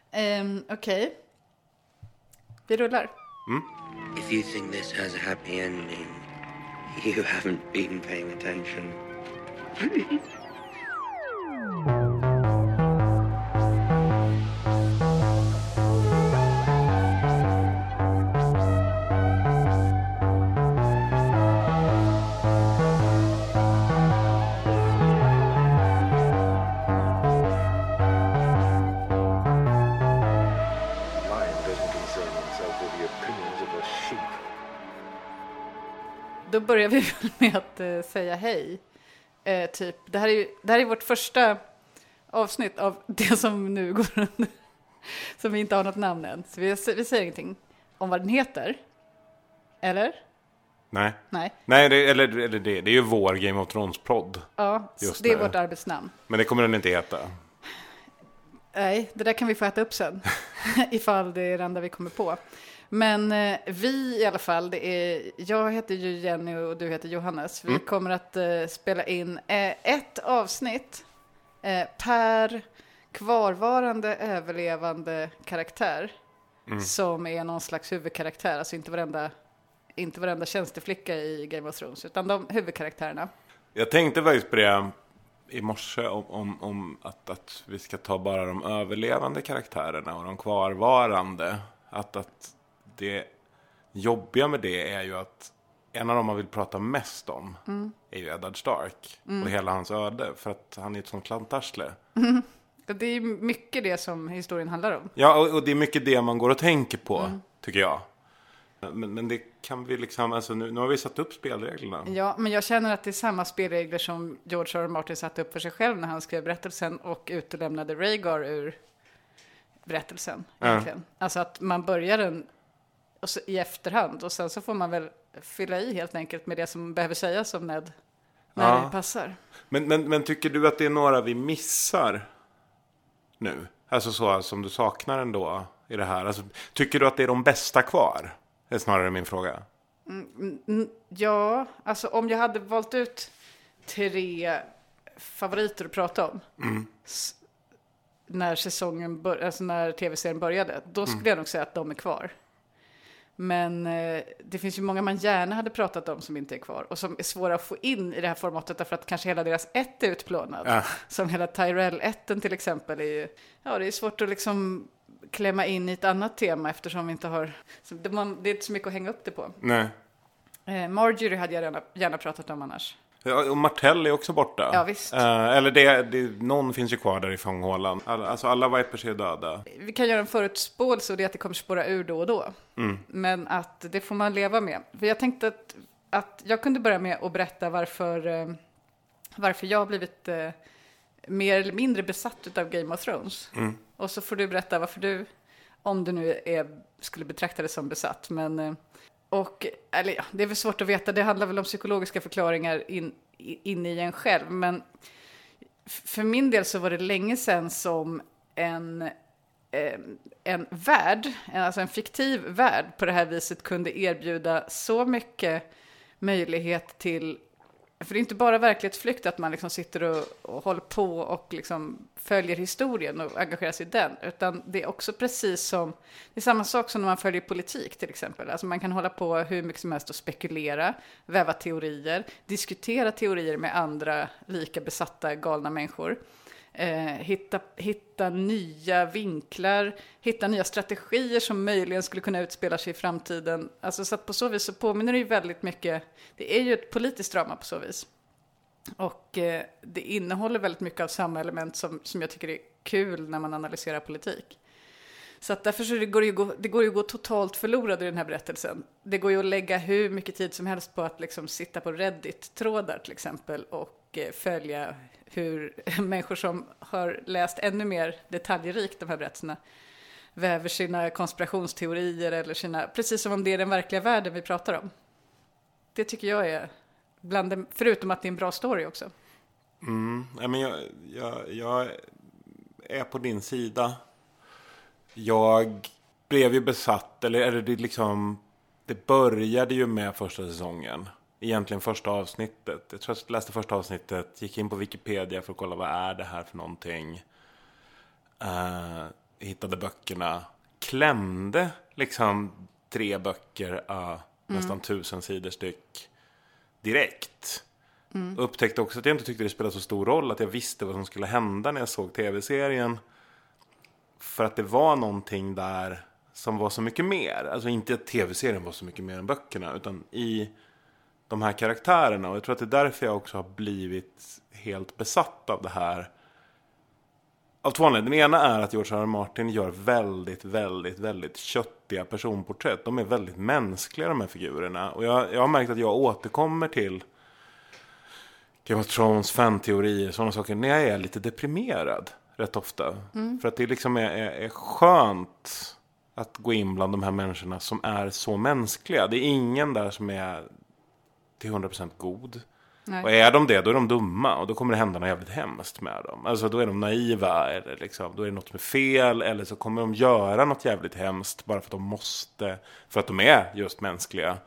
Okej. Vi rullar. If you think this has a happy ending, you haven't been paying attention. Då börjar vi med att säga hej. Typ. Det här är vårt första avsnitt av det som nu går under. Som vi inte har något namn än. Så vi säger ingenting om vad den heter. Eller? Nej. Nej, det är ju vår Game of Thrones-podd. Ja, just det är nu. vårt arbetsnamn. Men det kommer den inte heta. Nej, det där kan vi få äta upp sen. Ifall det är det enda vi kommer på. Men vi i alla fall, jag heter ju Jenny och du heter Johannes. Vi kommer att spela in ett avsnitt per kvarvarande överlevande karaktär. Som är någon slags huvudkaraktär. Alltså inte varenda tjänsteflicka i Game of Thrones, utan de huvudkaraktärerna. Jag tänkte faktiskt på det i morse om att vi ska ta bara de överlevande karaktärerna och de kvarvarande. Att det jobbiga med det är ju att en av dem man vill prata mest om är ju Eddard Stark och hela hans öde, för att han är ett sånt klantarsle. Det är mycket det som historien handlar om. Ja, och det är mycket det man går och tänker på, tycker jag. Men det kan vi liksom, alltså nu har vi satt upp spelreglerna. Ja, men jag känner att det är samma spelregler som George R. R. Martin satte upp för sig själv när han skrev berättelsen och utelämnade Rhaegar ur berättelsen. Egentligen. Alltså att man börjar den i efterhand och sen så får man väl fylla i helt enkelt med det som behöver sägas om Ned när det passar. Men tycker du att det är några vi missar nu? Alltså så som du saknar ändå i det här. Alltså, tycker du att det är de bästa kvar? Det är snarare min fråga. Ja, alltså om jag hade valt ut 3 favoriter att prata om när säsongen alltså när tv-serien började, då skulle jag nog säga att de är kvar. Men det finns ju många man gärna hade pratat om som inte är kvar och som är svåra att få in i det här formatet därför att kanske hela deras ett är utplånad. Som hela Tyrell-ätten till exempel är ju, det är svårt att liksom klämma in i ett annat tema eftersom vi inte har, det är inte så mycket att hänga upp det på. Nej. Marjorie hade jag gärna pratat om annars. Ja, och Martell är också borta. Ja, visst. Eller någon finns ju kvar där i fånghålan. Alla Vipers är döda. Vi kan göra en förutspåelse och det är att det kommer spåra ur då och då. Men att det får man leva med. För jag tänkte att jag kunde börja med att berätta varför jag har blivit mer eller mindre besatt av Game of Thrones. Och så får du berätta varför du, om du nu skulle betrakta det som besatt. Men... det är väl svårt att veta. Det handlar väl om psykologiska förklaringar in i en själv. Men för min del så var det länge sedan som en värld, alltså en fiktiv värld på det här viset kunde erbjuda så mycket möjlighet till. För det är inte bara verklighetsflykt att man liksom sitter och håller på och liksom följer historien och engagerar sig i den. Utan det är också precis som, det är samma sak som när man följer politik till exempel. Alltså man kan hålla på hur mycket som helst och spekulera, väva teorier, diskutera teorier med andra lika besatta galna människor. Hitta nya vinklar, hitta nya strategier som möjligen skulle kunna utspela sig i framtiden. Alltså så att på så vis så påminner det ju väldigt mycket, det är ju ett politiskt drama på så vis. Och det innehåller väldigt mycket av samma element som jag tycker är kul när man analyserar politik. Så att därför så det går ju att gå totalt förlorad i den här berättelsen. Det går ju att lägga hur mycket tid som helst på att liksom sitta på Reddit-trådar till exempel och följa hur människor som har läst ännu mer detaljrikt de här berättelserna väver sina konspirationsteorier eller precis som om det är den verkliga världen vi pratar om. Det tycker jag är förutom att det är en bra story också. Men jag är på din sida. Jag blev ju besatt, eller det liksom, det började ju med första säsongen. Egentligen första avsnittet. Jag tror jag läste första avsnittet, gick in på Wikipedia för att kolla vad är det här för någonting. hittade böckerna klämde liksom 3 böcker nästan 1000 sidor styck direkt. Upptäckte också att jag inte tyckte det spelade så stor roll att jag visste vad som skulle hända när jag såg tv-serien. För att det var någonting där som var så mycket mer. Alltså inte att tv-serien var så mycket mer än böckerna, utan i de här karaktärerna. Och jag tror att det är därför jag också har blivit helt besatt av det här. Av 2 anledningar. Den ena är att George R. R. Martin gör väldigt, väldigt, väldigt köttiga personporträtt. De är väldigt mänskliga, de här figurerna. Och jag har märkt att jag återkommer till Game of Thrones, fan-teorier, sådana saker, när jag är lite deprimerad rätt ofta. För att det liksom är skönt att gå in bland de här människorna som är så mänskliga. Det är ingen där som är till 100% god. Nej. Och är de det, då är de dumma. Och då kommer det hända något jävligt hemskt med dem. Alltså då är de naiva, eller liksom, då är det något som är fel. Eller så kommer de göra något jävligt hemskt bara för att de måste. För att de är just mänskliga.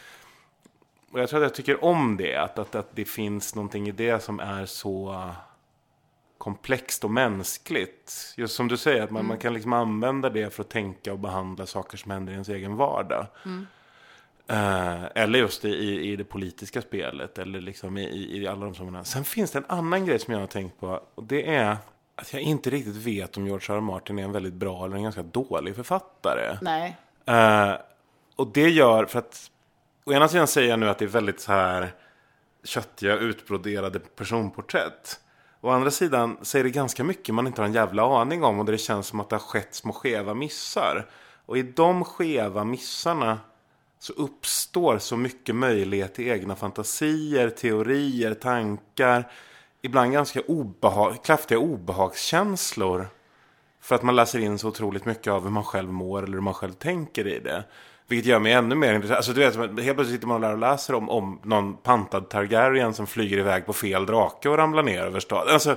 Och jag tror att jag tycker om det. Att det finns någonting i det som är så komplext och mänskligt. Just som du säger, att man kan liksom använda det för att tänka och behandla saker som händer i ens egen vardag. Eller just i det politiska spelet. Eller liksom i alla de sammanhang. Sen finns det en annan grej som jag har tänkt på. Och det är att jag inte riktigt vet om George R. R. Martin är en väldigt bra eller en ganska dålig författare. Nej. Och det gör, för att å ena sidan säger jag nu att det är väldigt så här köttiga, utbroderade personporträtt. Å andra sidan säger det ganska mycket man inte har en jävla aning om. Och det känns som att det har skett små skeva missar. Och i de skeva missarna så uppstår så mycket möjlighet till egna fantasier, teorier, tankar. Ibland ganska kraftiga obehagskänslor. För att man läser in så otroligt mycket av hur man själv mår eller hur man själv tänker i det. Vilket gör mig ännu mer intressant. Alltså du vet, helt plötsligt sitter man och lär och läser om någon pantad Targaryen som flyger iväg på fel drake och ramlar ner över staden. Alltså,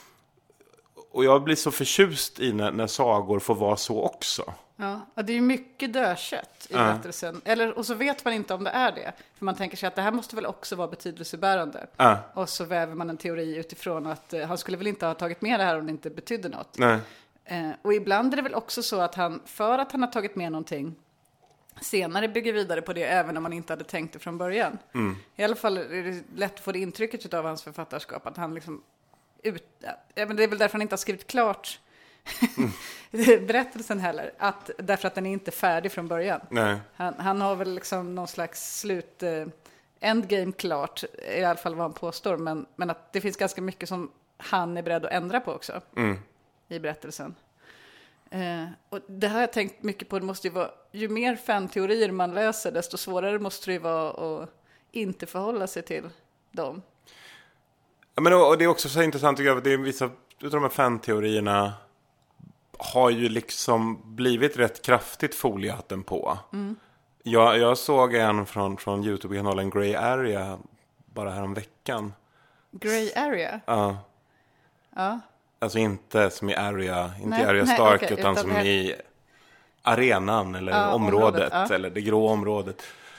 och jag blir så förtjust i när sagor får vara så också. Ja, och det är ju mycket dödkött i berättelsen. Och så vet man inte om det är det. För man tänker sig att det här måste väl också vara betydelsebärande. Och så väver man en teori utifrån att han skulle väl inte ha tagit med det här om det inte betydde något. Nej. Och ibland är det väl också så att han, för att han har tagit med någonting, senare bygger vidare på det även om man inte hade tänkt det från början. I alla fall är det lätt att få det intrycket av hans författarskap att han liksom men det är väl därför han inte har skrivit klart berättelsen heller, därför att den är inte färdig från början. Nej. Han har väl liksom någon slags endgame klart, i alla fall vad han påstår, men att det finns ganska mycket som han är beredd att ändra på också i berättelsen. Och det har jag tänkt mycket på. Det måste ju vara, ju mer fan-teorier man läser, desto svårare måste det ju vara att inte förhålla sig till dem. Ja, men och det är också så intressant tycker jag, att det är vissa utav de här fan-teorierna har ju liksom blivit rätt kraftigt foliehatten på. Jag såg en från YouTube-kanalen Grey Area bara härom veckan. Grey Area? Ja. Alltså inte som i Area, inte i Area nej, Stark, okay, utan som i arenan eller området eller det grå området.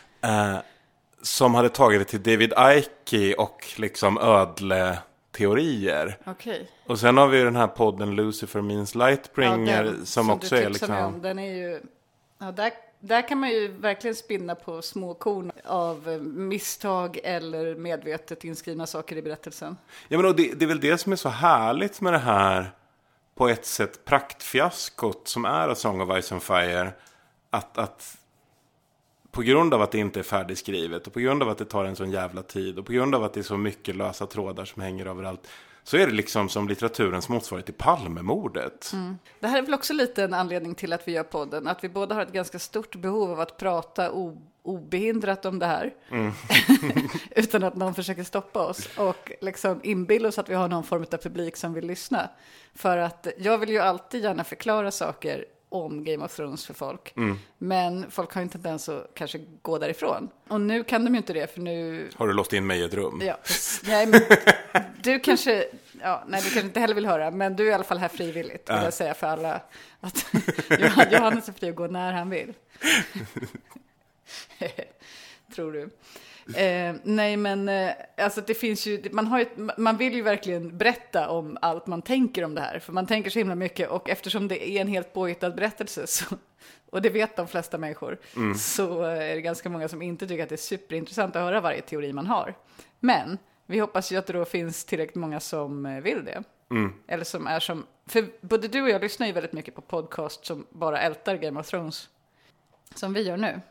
Som hade tagit det till David Icke och liksom ödle-teorier. Okay. Och sen har vi den här podden Lucifer Means Lightbringer som också är liksom... Den är ju... Ja, där kan man ju verkligen spinna på små korn av misstag eller medvetet inskrivna saker i berättelsen. Ja, men det är väl det som är så härligt med det här på ett sätt praktfiaskot som är A Song of Ice and Fire. Att på grund av att det inte är färdigskrivet och på grund av att det tar en sån jävla tid och på grund av att det är så mycket lösa trådar som hänger överallt, så är det liksom som litteraturens motsvarighet till Palmemordet. Det här är väl också lite en anledning till att vi gör podden. Att vi båda har ett ganska stort behov av att prata obehindrat om det här. Utan att någon försöker stoppa oss. Och liksom inbilla oss att vi har någon form av publik som vill lyssna. För att jag vill ju alltid gärna förklara saker om Game of Thrones för folk. Men folk har inte ens att kanske gå därifrån. Och nu kan de ju inte det, för nu... Har du låst in mig i ett rum? Ja, nej, men du kanske... Ja, nej, du kanske inte heller vill höra, men du är i alla fall här frivilligt, vill jag säga för alla. Att Johannes är fri att gå när han vill. Tror du. Nej, men alltså det finns ju, man vill ju verkligen berätta om allt man tänker om det här. För man tänker så himla mycket, och eftersom det är en helt påhittad berättelse, och det vet de flesta människor, så är det ganska många som inte tycker att det är superintressant att höra varje teori man har. Men vi hoppas ju att det då finns tillräckligt många som vill det. Eller som är som, för både du och jag lyssnar ju väldigt mycket på podcast som bara ältar Game of Thrones, som vi gör nu.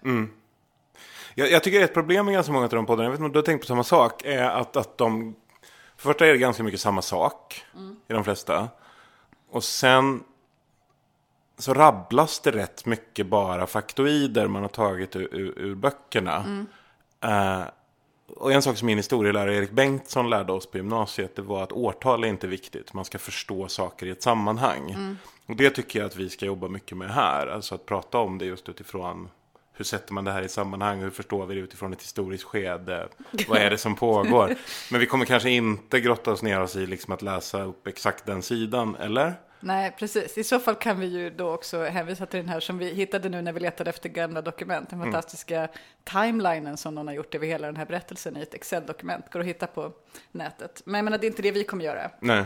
Jag tycker ett problem med ganska många av de poddarna, jag vet inte om du har tänkt på samma sak, är att de, för första är det ganska mycket samma sak i de flesta. Och sen så rabblas det rätt mycket bara faktoider man har tagit ur böckerna. Och en sak som min historielärare Erik Bengtsson lärde oss på gymnasiet, det var att årtal är inte viktigt. Man ska förstå saker i ett sammanhang. Och det tycker jag att vi ska jobba mycket med här. Alltså att prata om det just utifrån, hur sätter man det här i sammanhang? Hur förstår vi det utifrån ett historiskt skede? Vad är det som pågår? Men vi kommer kanske inte grotta oss ner oss i liksom att läsa upp exakt den sidan, eller? Nej, precis. I så fall kan vi ju då också hänvisa till den här som vi hittade nu när vi letade efter gamla dokument. Den fantastiska timelinen som någon har gjort över hela den här berättelsen i ett Excel-dokument. Går att hitta på nätet. Men jag menar, det är inte det vi kommer göra. Nej.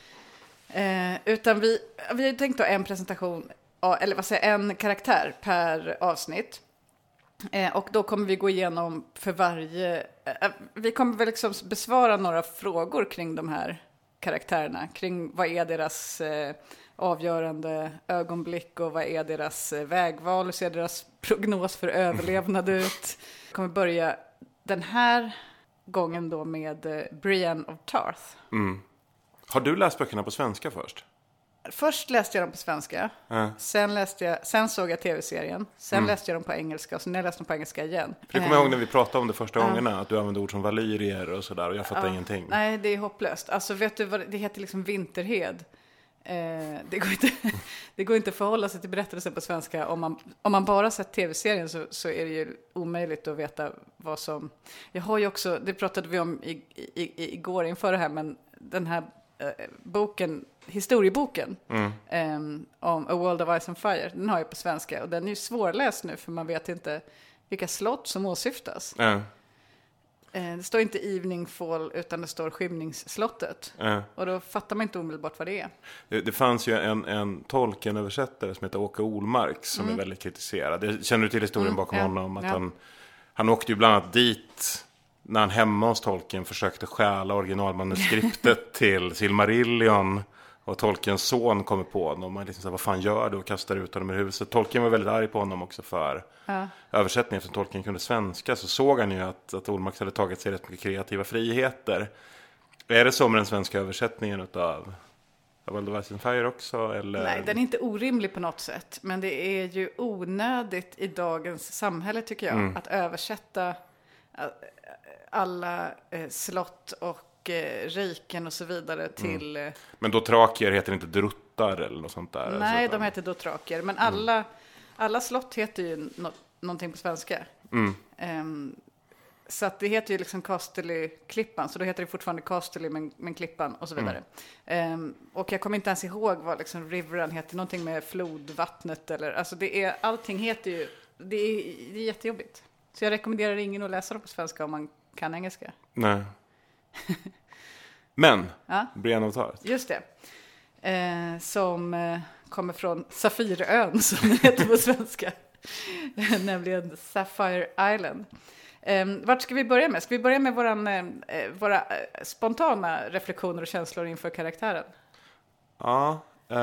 Utan vi har tänkt då en presentation, eller vad säger, en karaktär per avsnitt. Och då kommer vi gå igenom för varje... vi kommer väl liksom besvara några frågor kring de här karaktärerna. Kring vad är deras avgörande ögonblick och vad är deras vägval. Hur ser deras prognos för överlevnad ut. Vi kommer börja den här gången då med Brienne of Tarth. Har du läst böckerna på svenska först? Först läste jag dem på svenska, sen såg jag tv-serien, sen läste jag dem på engelska och sen läste jag dem på engelska igen. För du kommer ihåg när vi pratade om det första gångerna, att du använde ord som valyrier och sådär, och jag fattar ingenting. Nej, det är hopplöst. Alltså vet du vad det heter, liksom Vinterhed. Det går inte att förhålla sig till berättelsen på svenska. Om man bara sett tv-serien så är det ju omöjligt att veta vad som... Jag har ju också, det pratade vi om igår inför det här, men den här boken, historieboken om A World of Ice and Fire, den har jag på svenska och den är ju svårläst nu för man vet inte vilka slott som åsyftas. Det står inte Evening Fall utan det står Skymningsslottet. Och då fattar man inte omedelbart vad det är. Det fanns ju en Tolkien-översättare som heter Åke Olmark som är väldigt kritiserad. Jag känner du till historien bakom honom? Att han åkte ju bland annat dit när han hemma hos Tolkien försökte stjäla originalmanuskriptet till Silmarillion. Och Tolkiens son kommer på honom. Och liksom så här, vad fan gör du? Och kastar ut honom ur huset. Tolkien var väldigt arg på honom också för översättningen. Eftersom Tolkien kunde svenska så såg han ju att Olmark hade tagit sig rätt mycket kreativa friheter. Är det så med den svenska översättningen utav World of Ice and Fire också? Eller? Nej, den är inte orimlig på något sätt. Men det är ju onödigt i dagens samhälle tycker jag. Att översätta alla slott och riken och så vidare till... Men Dothrakier heter inte druttar eller något sånt där? Nej, de heter Dothrakier. Men alla slott heter ju någonting på svenska. Så att det heter ju liksom Casterly-klippan. Så då heter det fortfarande Casterly men klippan och så vidare. Och jag kommer inte ens ihåg vad liksom Riverrun heter. Någonting med flodvattnet eller... Alltså allting heter ju... Det är jättejobbigt. Så jag rekommenderar ingen att läsa dem på svenska om man kan engelska. Nej. Men, Brienne of Tarth. Just det. Som kommer från Safirön som det heter på svenska. Nämligen Sapphire Island. Vart ska vi börja med? Ska vi börja med våra spontana reflektioner och känslor inför karaktären? Ja.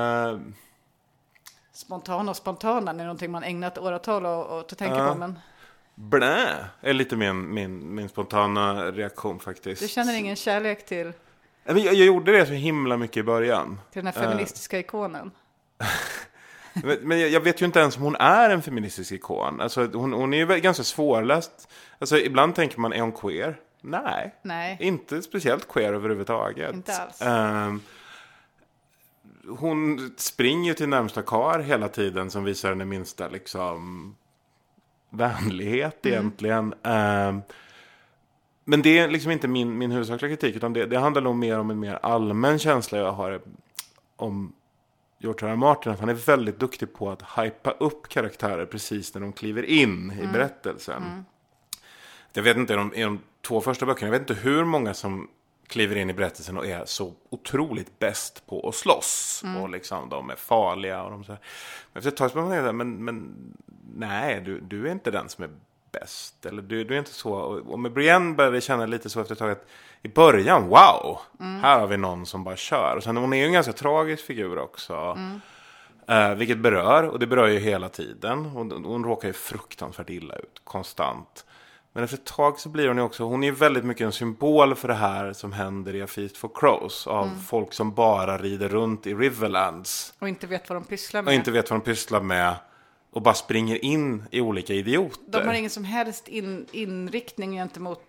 Spontana är någonting man ägnat åratal och tänka på, men... Blä är lite min spontana reaktion faktiskt. Du känner ingen kärlek till... Jag gjorde det så himla mycket i början. Till den här feministiska ikonen. men jag vet ju inte ens om hon är en feministisk ikon. Alltså, hon är ju ganska svårläst. Alltså, ibland tänker man, är hon queer? Nej. Inte speciellt queer överhuvudtaget. Inte alls. Hon springer till närmsta kar hela tiden som visar den minsta liksom... vänlighet egentligen. Men det är liksom inte min huvudsakliga kritik, utan det handlar nog mer om en mer allmän känsla jag har om George R. R. Martin, att han är väldigt duktig på att hypa upp karaktärer precis när de kliver in i berättelsen. Jag vet inte, i de 2 första böckerna, jag vet inte hur många som kliver in i berättelsen och är så otroligt bäst på att slåss. Och liksom, de är farliga. Och de så här. Men efter ett tag så man säger, men nej, du är inte den som är bäst. Eller du är inte så. Och med Brienne började jag känna lite så efter ett tag att i början, wow, här har vi någon som bara kör. Och sen hon är ju en ganska tragisk figur också. Vilket berör, och det berör ju hela tiden. Hon råkar ju fruktansvärt illa ut, konstant. Men efter ett tag så blir hon ju också, hon är ju väldigt mycket en symbol för det här som händer i A Feast for Crows. Av folk som bara rider runt i Riverlands. Och inte vet vad de pysslar med. Och inte vet vad de pysslar med. Och bara springer in i olika idioter. De har ingen som helst inriktning gentemot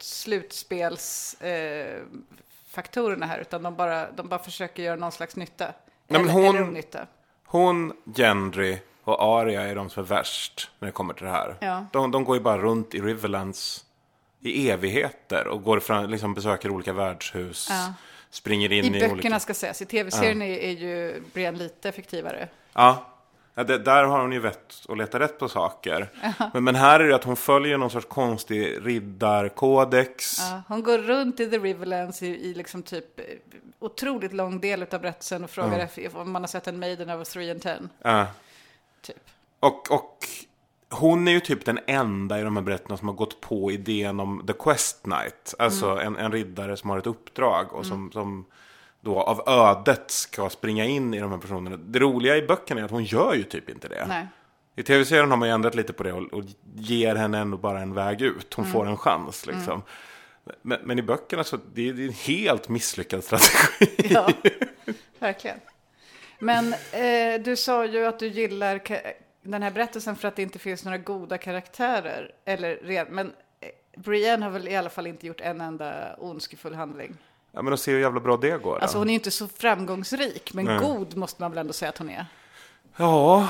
slutspelsfaktorerna här. Utan de bara försöker göra någon slags nytta. Nej, eller onytta. Hon, Gendry och Arya är de som är värst när det kommer till det här. Ja. De går ju bara runt i Riverlands i evigheter. Och går fram, liksom besöker olika värdshus. Ja. Springer in i böckerna olika... ska sägas. I tv-serien är ju Brienne lite effektivare. Ja. Där har hon ju vett att leta rätt på saker. Men här är det att hon följer någon sorts konstig riddarkodex. Ja, hon går runt i The Riverlands i liksom typ otroligt lång del av berättelsen och frågar om man har sett en Maiden of 3 and 10. Ja. Typ. Och hon är ju typ den enda i de här berättelserna som har gått på idén om The Quest Knight. Alltså en riddare som har ett uppdrag och som då av ödet ska springa in i de här personerna. Det roliga i böckerna är att hon gör ju typ inte det. Nej. I tv-serien har man ju ändrat lite på det och ger henne ändå bara en väg ut. Hon får en chans liksom. Men i böckerna så det är en helt misslyckad strategi. Ja, verkligen. Men du sa ju att du gillar den här berättelsen för att det inte finns några goda karaktärer. Men Brienne har väl i alla fall inte gjort en enda ondskefull handling. Ja, men de ser hur jävla bra det går. Alltså hon är ju inte så framgångsrik, men god måste man väl ändå säga att hon är. Ja,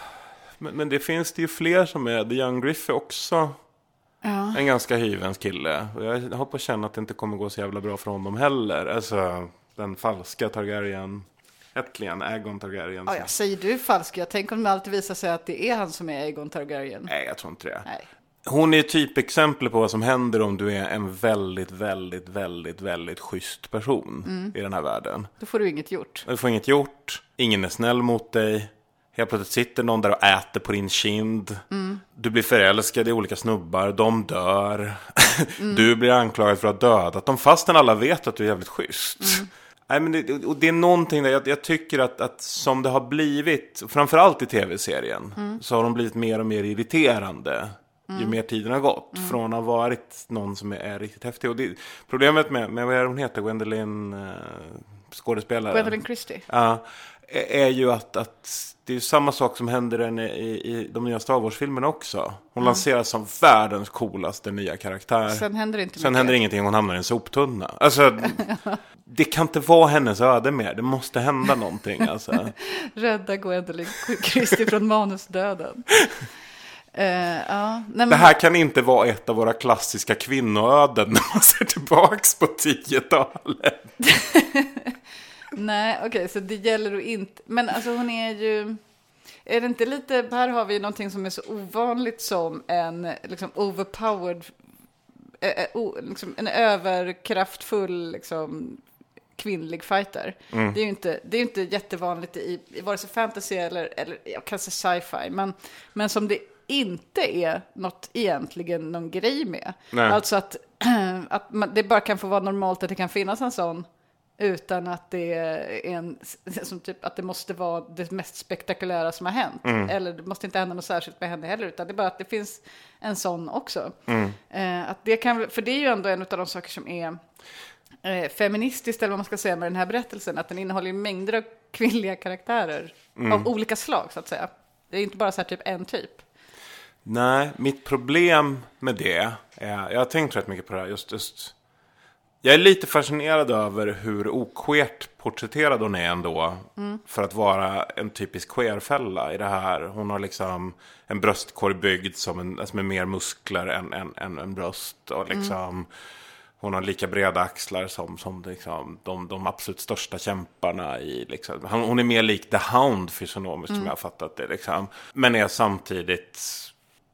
men det finns det ju fler som är. The Young Griff är också en ganska hyvens kille. Och jag hoppas känna att det inte kommer gå så jävla bra för honom heller. Alltså den falska Targaryen, ättligen Aegon Targaryen. Ja, säger du falska? Tänk om det alltid visar sig att det är han som är Aegon Targaryen. Nej, jag tror inte det. Nej. Hon är typexempel på vad som händer om du är en väldigt, väldigt, väldigt, väldigt schysst person i den här världen. Då får du inget gjort. Du får inget gjort. Ingen är snäll mot dig. Helt plötsligt sitter någon där och äter på din kind. Du blir förälskad i olika snubbar. De dör. Du blir anklagad för att ha dödat dem. Fastän alla vet att du är jävligt schysst. Nej, men det är någonting där jag tycker att som det har blivit, framförallt i tv-serien, så har de blivit mer och mer irriterande. Ju mer tiden har gått. Från att ha varit någon som är riktigt häftig. Och problemet med vad är hon heter? Gwendolyn skådespelare. Gwendolyn Christie. Ja, är ju att det är samma sak som händer i de nya Star Wars-filmerna också. Hon lanseras som världens coolaste nya karaktär. Sen händer ingenting. Hon hamnar i en soptunna. Alltså, det kan inte vara hennes öde mer. Det måste hända någonting. Alltså. Rädda Gwendolyn Christie från manusdöden. Det här kan inte vara ett av våra klassiska kvinnoöden när man ser tillbaks på 10-talet. Nej, okej, så det gäller att inte... Men alltså hon är ju... Är det inte lite... Här har vi någonting som är så ovanligt som en liksom overpowered... liksom en överkraftfull liksom, kvinnlig fighter. Det är ju inte jättevanligt i vare sig fantasy eller jag kan säga sci-fi. Men som det inte är någon grej med. Nej. Alltså att det bara kan få vara normalt att det kan finnas en sån utan att det är som typ att det måste vara det mest spektakulära som har hänt. Eller det måste inte hända något särskilt med henne heller, utan det är bara att det finns en sån också. Att det kan, för det är ju ändå en av de saker som är feministiskt, eller vad man ska säga, med den här berättelsen, att den innehåller mängder av kvinnliga karaktärer av olika slag, så att säga. Det är inte bara så här typ en typ. Nej, mitt problem med det är, jag har tänkt rätt mycket på det här, just jag är lite fascinerad över hur oqueert porträtterad hon är ändå för att vara en typisk queerfälla i det här. Hon har liksom en bröstkorg byggd som är mer muskler än en bröst, och liksom hon har lika breda axlar som liksom de absolut största kämparna i liksom. Hon är mer lik The Hound fysionomiskt som jag har fattat det liksom. Men är samtidigt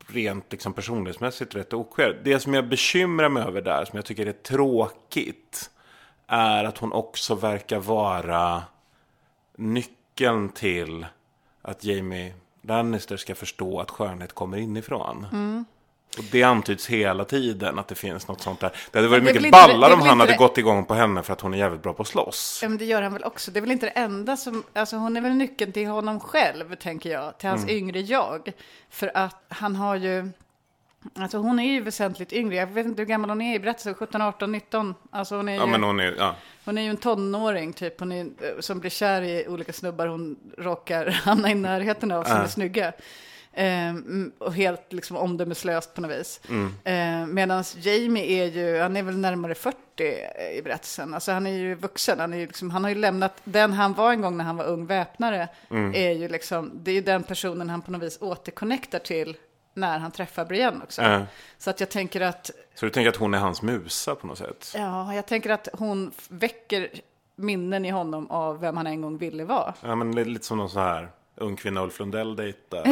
rent liksom personlighetsmässigt rätt oqueer. Det som jag bekymrar mig över där, som jag tycker är tråkigt, är att hon också verkar vara nyckeln till att Jamie Lannister ska förstå att skönhet kommer inifrån. Och det antyds hela tiden att det finns något sånt där. Det hade varit mycket ballare om han hade gått igång på henne för att hon är jävligt bra på att slåss. Ja, men det gör han väl också. Det är väl inte det enda som... Alltså hon är väl nyckeln till honom själv, tänker jag. Till hans yngre jag. För att han har ju... Alltså hon är ju väsentligt yngre. Jag vet inte hur gammal hon är i berättelsen. 17, 18, 19. Alltså hon är ju... Men hon är ju en tonåring typ. Hon är, som blir kär i olika snubbar hon råkar hamna i närheten av som är snygga. Och helt liksom omdömeslöst på något vis. Medan Jamie är ju, han är väl närmare 40 i berättelsen. Alltså han är ju vuxen, han är ju liksom, han har ju lämnat den han var en gång när han var ung väpnare. Är ju liksom, det är ju den personen han på något vis återconnectar till när han träffar Brienne också. Så att jag tänker att... Så du tänker att hon är hans musa på något sätt? Ja, jag tänker att hon väcker minnen i honom av vem han en gång ville vara. Ja, men det är lite som någon så här ung kvinna Ulf Lundell dejtar.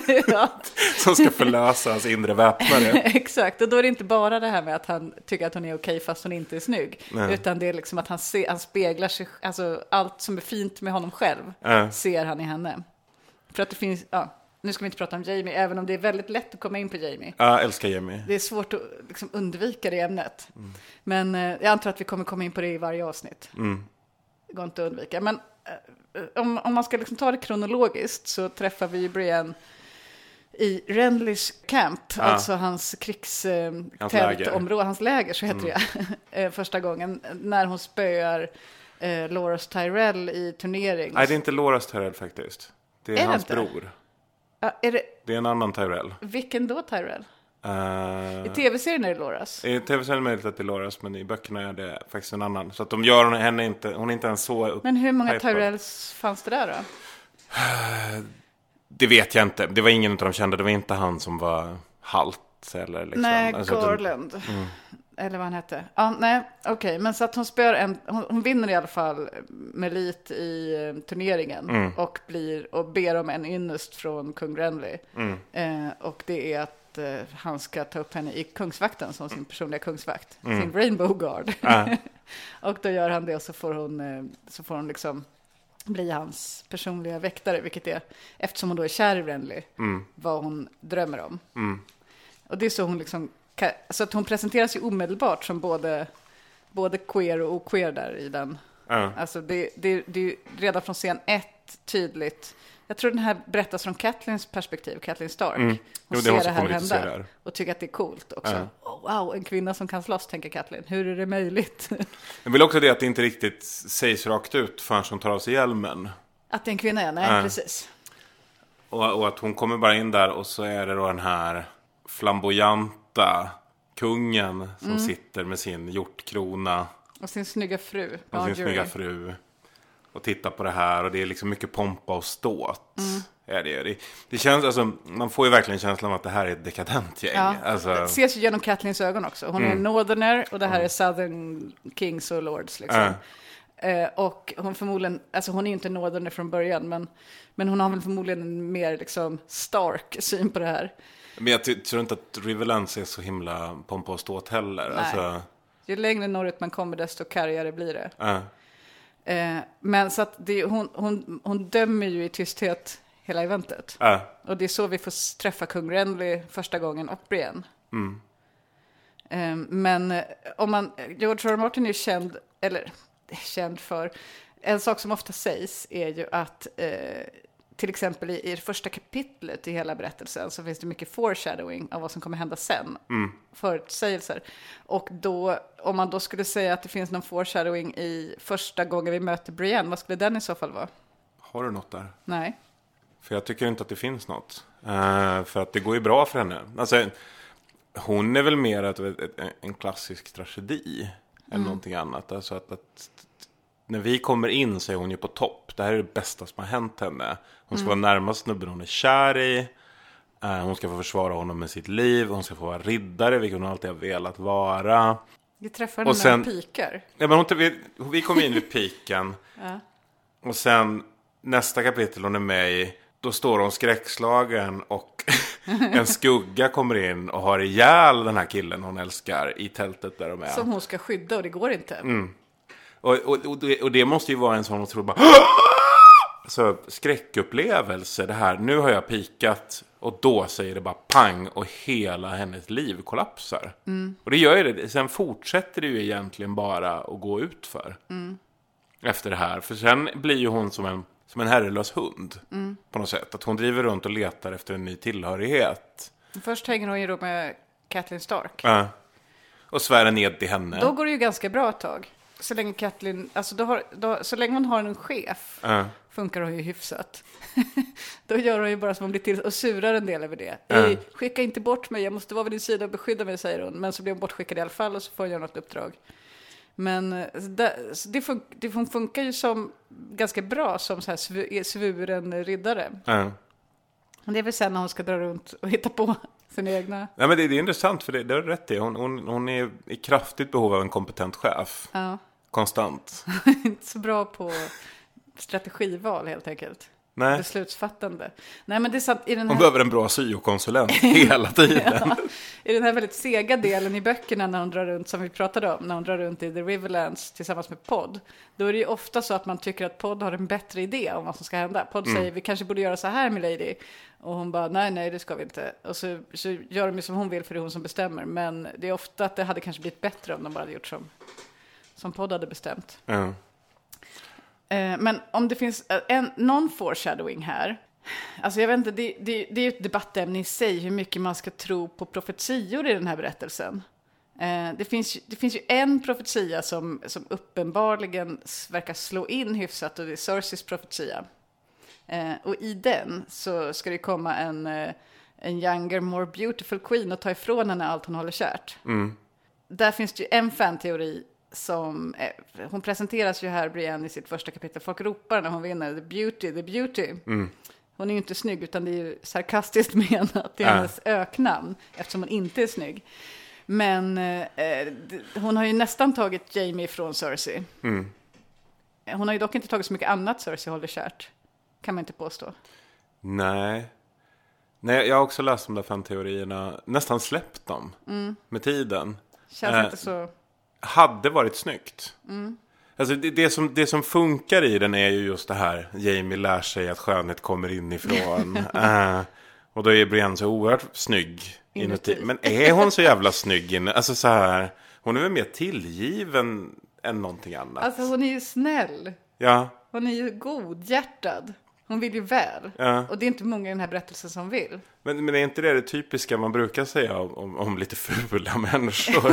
Som ska förlösa hans inre väpnare. Exakt, och då är det inte bara det här med att han tycker att hon är okej fast hon inte är snygg. Utan det är liksom att han speglar sig, alltså allt som är fint med honom själv ser han i henne. För att det finns, nu ska vi inte prata om Jamie, även om det är väldigt lätt att komma in på Jamie. Ja, älskar Jamie. Det är svårt att liksom undvika det ämnet. Men jag antar att vi kommer komma in på det i varje avsnitt. Det går inte att undvika. Men om man ska liksom ta det kronologiskt så träffar vi Brienne i Renlys camp, alltså hans krigstältområde, hans läger så heter det, första gången när hon spöar Loras Tyrell i turnering. Nej, det är inte Loras Tyrell faktiskt. Det är hans bror. Det är en annan Tyrell. Vilken då Tyrell? I tv-serien är det Loras. I tv-serien är det möjligt att det är Loras, men i böckerna är det faktiskt en annan. Så att de gör henne inte, hon är inte ens så... Men hur många Tyrells fanns det där då? Det vet jag inte. Det var ingen av dem kände. Det var inte han som var halt. Eller liksom. Nej, Garland. Eller vad han hette. Ja, nej, okej. Men så att hon spör hon vinner i alla fall med lit i turneringen. Och ber om en ynnest från kung Renly. Och det är att han ska ta upp henne i kungsvakten som sin personliga kungsvakt. Sin Rainbow Guard. Och då gör han det och så får hon liksom bli hans personliga väktare. Vilket är, eftersom hon då är kär i Renly, vad hon drömmer om. Och det är så hon liksom... Så att hon presenteras ju omedelbart som både queer och oqueer där i den. Alltså det är redan från scen 1 tydligt. Jag tror den här berättas från Catelyns perspektiv, Catelyn Stark. Hon ser det här hända och tycker att det är coolt också. Wow, en kvinna som kan slåss, tänker Catelyn. Hur är det möjligt? Jag vill också det att det inte riktigt sägs rakt ut förrän hon tar av sig hjälmen. Att det är en kvinna, ja. Nej, precis. Och att hon kommer bara in där och så är det då den här flamboyanta kungen som sitter med sin hjortkrona. Och sin snygga fru. Och sin snygga fru. Och tittar på det här. Och det är liksom mycket pompa och ståt. Det känns, alltså, man får ju verkligen känslan av att det här är ett dekadent gäng. Ja, alltså... det ses ju genom Catelyns ögon också. Hon är northerner och det här är Southern Kings och Lords liksom. Och hon förmodligen, alltså hon är ju inte northerner från början, men hon har väl förmodligen en mer liksom stark syn på det här. Men jag tror inte att Riverlands är så himla pompa och ståt heller. Nej. Alltså... Ju längre norrut man kommer desto kargare blir det. Men så att hon dömer ju i tysthet hela eventet. Och det är så vi får träffa kung Renly första gången och Brienne. Men George R. R. Martin är ju känd för, en sak som ofta sägs är ju att till exempel i det första kapitlet i hela berättelsen så finns det mycket foreshadowing av vad som kommer hända sen. Förutsägelser. Och då, om man då skulle säga att det finns någon foreshadowing i första gången vi möter Brienne, vad skulle den i så fall vara? Har du något där? Nej. För jag tycker inte att det finns något. För att det går ju bra för henne. Alltså, hon är väl mer en klassisk tragedi än någonting annat. Alltså att när vi kommer in så är hon ju på topp. Det här är det bästa som har hänt henne. Hon ska vara närmast snubben hon är kär i. Hon ska få försvara honom med sitt liv. Hon ska få vara riddare, vilket hon alltid har velat vara. Vi träffar henne när hon pikar. Ja, men vi kommer in vid piken. Och sen nästa kapitel hon är med i, då står hon skräckslagen och en skugga kommer in och har ihjäl den här killen hon älskar i tältet där de är. Som hon ska skydda och det går inte. Och det måste ju vara en sån otrolig bara... Så skräckupplevelse det här. Nu har jag pikat och då säger det bara pang och hela hennes liv kollapsar. Och det gör ju det. Sen fortsätter det ju egentligen bara att gå ut för. Efter det här. För sen blir ju hon som en herrelös hund. På något sätt. Att hon driver runt och letar efter en ny tillhörighet. Först hänger hon ju då med Catelyn Stark. Ja. Och svär ned till henne. Då går det ju ganska bra ett tag. Så länge Catelyn, alltså så länge hon har en chef funkar hon ju hyfsat. Då gör hon ju bara som hon blir till och surar en del över det. Skicka inte bort mig, jag måste vara vid din sida och beskydda mig, säger hon. Men så blir hon bortskickad i alla fall och så får hon göra något uppdrag. Men det funkar ju som ganska bra som så här svuren riddare. Och det är väl sen när hon ska dra runt och hitta på sina egna. Ja, men det är intressant för det är rätt i. Hon är i kraftigt behov av en kompetent chef. Ja. Konstant. Inte så bra på strategival helt enkelt. Nej. Beslutsfattande. Nej, men det är sant, hon behöver en bra syokonsulent hela tiden. I den här väldigt sega delen i böckerna när hon drar runt, som vi pratade om, när hon drar runt i The Riverlands tillsammans med Pod, då är det ju ofta så att man tycker att Pod har en bättre idé om vad som ska hända. Pod säger, vi kanske borde göra så här med Lady. Och hon bara, nej, det ska vi inte. Och så gör de ju som hon vill, för det är hon som bestämmer. Men det är ofta att det hade kanske blivit bättre om de bara hade gjort som Pod hade bestämt. Men om det finns någon foreshadowing här, alltså jag vet inte, det är ju ett debattämne i sig hur mycket man ska tro på profetior i den här berättelsen. Det finns ju en profetia som uppenbarligen verkar slå in hyfsat, och det är Cerseis profetia. Och i den så ska det komma en younger, more beautiful queen och ta ifrån henne allt hon håller kärt. Där finns det ju en fanteori som hon presenteras ju här, Brienne, i sitt första kapitel. Folk ropar när hon vinner, the beauty. Hon är ju inte snygg, utan det är ju sarkastiskt menat i hennes öknamn, eftersom hon inte är snygg. Men hon har ju nästan tagit Jaime från Cersei. Hon har ju dock inte tagit så mycket annat Cersei håller kärt, kan man inte påstå. Nej, jag har också läst de där fan-teorierna, nästan släppt dem med tiden. Känns inte så... Hade varit snyggt. Alltså det som funkar i den är ju just det här. Jaime lär sig att skönhet kommer inifrån. Och då är Brienne så oerhört snygg inuti. Men är hon så jävla snygg inne? Alltså så här, hon är väl mer tillgiven än någonting annat. Alltså hon är ju snäll. Ja. Hon är ju godhjärtad. Hon vill ju väl. Ja. Och det är inte många i den här berättelsen som vill. Men är inte det typiska man brukar säga om lite fula människor?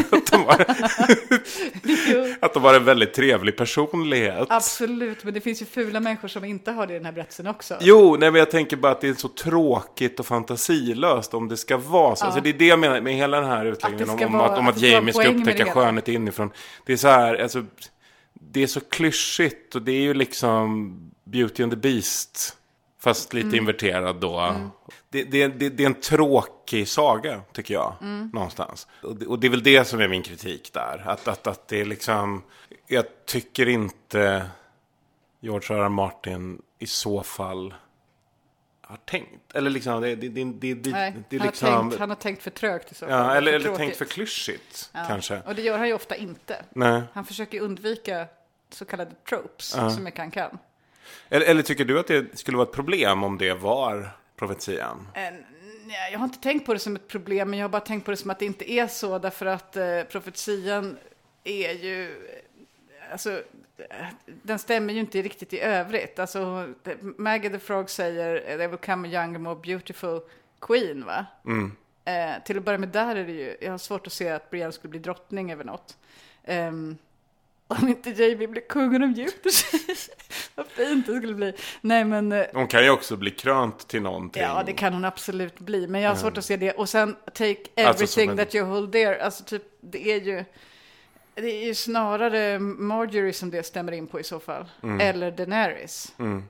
Att de har en väldigt trevlig personlighet. Absolut, men det finns ju fula människor som inte har det i den här berättelsen också. Jo, men jag tänker bara att det är så tråkigt och fantasilöst om det ska vara så. Ja. Alltså det är det jag menar med hela den här utläggningen om att Jaime ska upptäcka skönhet inifrån. Det är så här, alltså, det är så klyschigt och det är ju liksom Beauty and the Beast, fast lite inverterad då. Det är en tråkig saga, tycker jag, någonstans. Och det är väl det som är min kritik där. Att det är liksom... Jag tycker inte George R. R. Martin i så fall har tänkt. Eller liksom... Han har tänkt för trögt i så fall. Ja, eller tänkt för klyschigt, kanske. Och det gör han ju ofta inte. Nej. Han försöker undvika så kallade tropes så mycket han kan. Eller tycker du att det skulle vara ett problem om det var profetian? Nej, jag har inte tänkt på det som ett problem, men jag har bara tänkt på det som att det inte är så, därför att profetian är ju... Alltså, den stämmer ju inte riktigt i övrigt. Alltså, Maggie the Frog säger there will come a younger, more beautiful queen, va? Till att börja med där är det ju... Jag har svårt att se att Brienne skulle bli drottning över något. Om inte Jaime blir kungen och gifter sig. Vad fint det skulle bli. Nej, men... Hon kan ju också bli krönt till någonting. Ja, det kan hon absolut bli. Men jag har svårt att se det. Och sen take everything alltså that you hold dear. Alltså typ, det är ju snarare Marjorie som det stämmer in på i så fall. Eller Daenerys.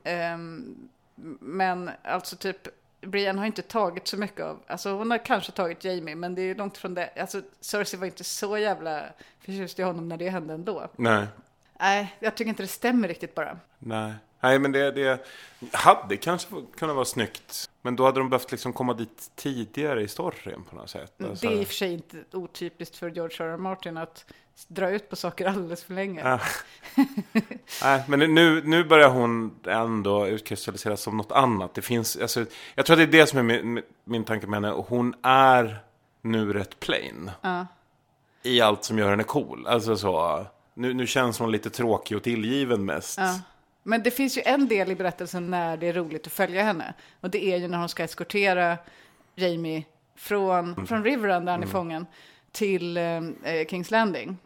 Men alltså typ... Brienne har inte tagit så mycket av... Alltså hon har kanske tagit Jaime, men det är långt från det. Alltså Cersei var inte så jävla förtjust i honom när det hände ändå. Nej. Nej, jag tycker inte det stämmer riktigt bara. Nej, men det hade kanske kunnat vara snyggt. Men då hade de behövt liksom komma dit tidigare i storyn på något sätt. Alltså. Det är i och för sig inte otypiskt för George R.R. Martin att dra ut på saker alldeles för länge. Ja. Nej, men nu börjar hon ändå utkristalliseras som något annat. Det finns, alltså, jag tror att det är det som är min tanke med henne. Hon är nu rätt plain. I allt som gör henne cool. Alltså så, nu känns hon lite tråkig och tillgiven mest. Ja. Men det finns ju en del i berättelsen när det är roligt att följa henne. Och det är ju när hon ska eskortera Jamie från Riverrun där han är fången till King's Landing.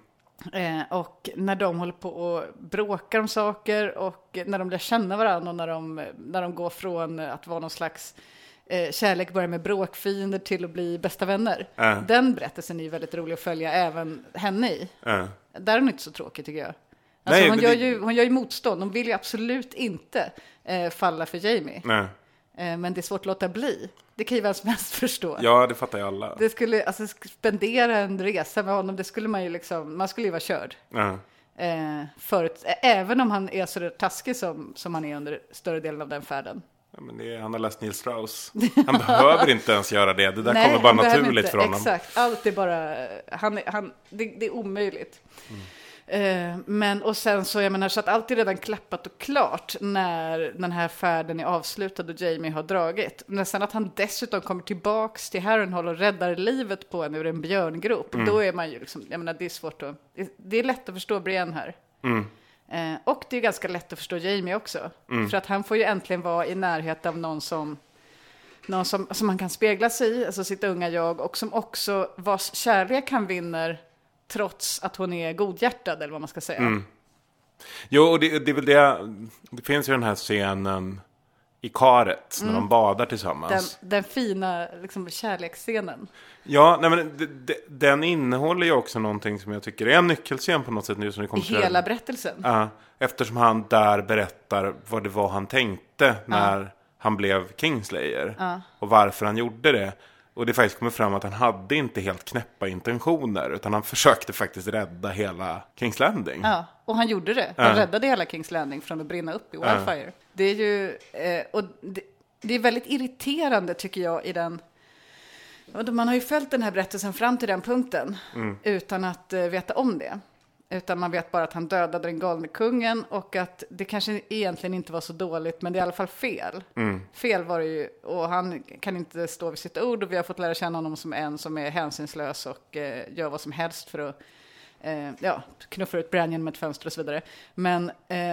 Och när de håller på och bråkar om saker och när de lär känna varandra och när de går från att vara någon slags kärlek börjar med bråkfiender till att bli bästa vänner. Den berättelsen är ju väldigt rolig att följa även henne i. Där är hon inte så tråkig tycker jag. Alltså, Nej, hon gör ju motstånd. Hon vill ju absolut inte falla för Jamie. Nej. Men det är svårt att låta bli. Det kan ju vem som helst förstå. Ja, det fattar ju alla. Det skulle, alltså spendera en resa med honom, det skulle man ju liksom, man skulle ju vara körd. Förut, även om han är så där taskig som han är under större delen av den färden. Ja, men han har läst Neil Strauss. Han behöver inte ens göra det. Det där Nej, kommer bara naturligt inte. för honom. Exakt, allt är bara, det är omöjligt. Men och sen så, jag menar, så att allt är redan klappat och klart när den här färden är avslutad och Jamie har dragit. Men sen att han dessutom kommer tillbaks till Harrenhal och räddar livet på en ur en björngrop, då är man ju liksom, jag menar, det är svårt att, det är lätt att förstå Brienne här. Och det är ganska lätt att förstå Jamie också. För att han får ju äntligen vara i närhet av någon som han kan spegla sig i, alltså sitt unga jag, och som också vars kärlek han vinner trots att hon är godhjärtad, eller vad man ska säga. Jo, och det är väl det finns ju den här scenen i karet när de badar tillsammans. Den fina liksom, kärleksscenen. Ja, nej, men den innehåller ju också någonting som jag tycker är en nyckelscen på något sätt nu. Som det kommer I hela berättelsen. Ja, eftersom han där berättar vad det var han tänkte när han blev Kingslayer. Och varför han gjorde det. Och det faktiskt kommer fram att han hade inte helt knäppa intentioner, utan han försökte faktiskt rädda hela King's Landing. Ja, och han gjorde det. Han räddade hela King's Landing från att brinna upp i Wildfire. Det är ju, och det är väldigt irriterande tycker jag i den. Man har ju följt den här berättelsen fram till den punkten utan att veta om det. Utan man vet bara att han dödade den galne kungen och att det kanske egentligen inte var så dåligt, men det är i alla fall fel. Fel var det ju, och han kan inte stå vid sitt ord, och vi har fått lära känna honom som en som är hänsynslös och gör vad som helst för att knuffa ut Brienne med ett fönster och så vidare. Men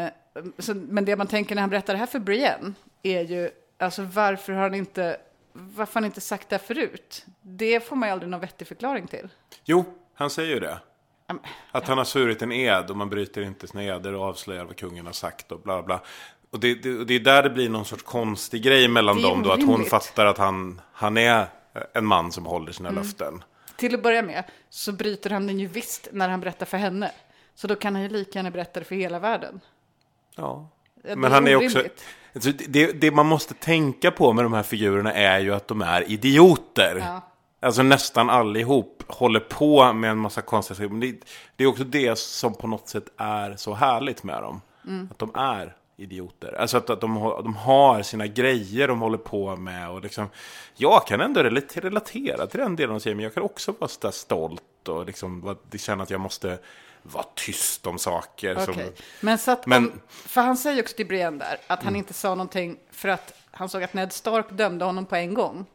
det man tänker när han berättar det här för Brienne är ju, alltså varför har han inte sagt det förut? Det får man ju aldrig någon vettig förklaring till. Jo, han säger ju det. Att han har svurit en ed och man bryter inte sina eder och avslöjar vad kungen har sagt och bla bla. Och det är där det blir någon sorts konstig grej mellan dem då, att hon fattar att han är en man som håller sina löften. Till att börja med så bryter han den ju visst när han berättar för henne. Så då kan han ju lika gärna berätta det för hela världen. Ja. Men han är också, det man måste tänka på med de här figurerna är ju att de är idioter. Ja. Alltså nästan allihop håller på med en massa konstiga saker. Men det är också det som på något sätt är så härligt med dem. Att de är idioter. Alltså att de har sina grejer de håller på med. Och liksom, jag kan ändå relatera till den delen av sig. Men jag kan också vara stolt och liksom känna att jag måste vara tyst om saker. Okay. För han säger också till Brienne där att han inte sa någonting för att han såg att Ned Stark dömde honom på en gång.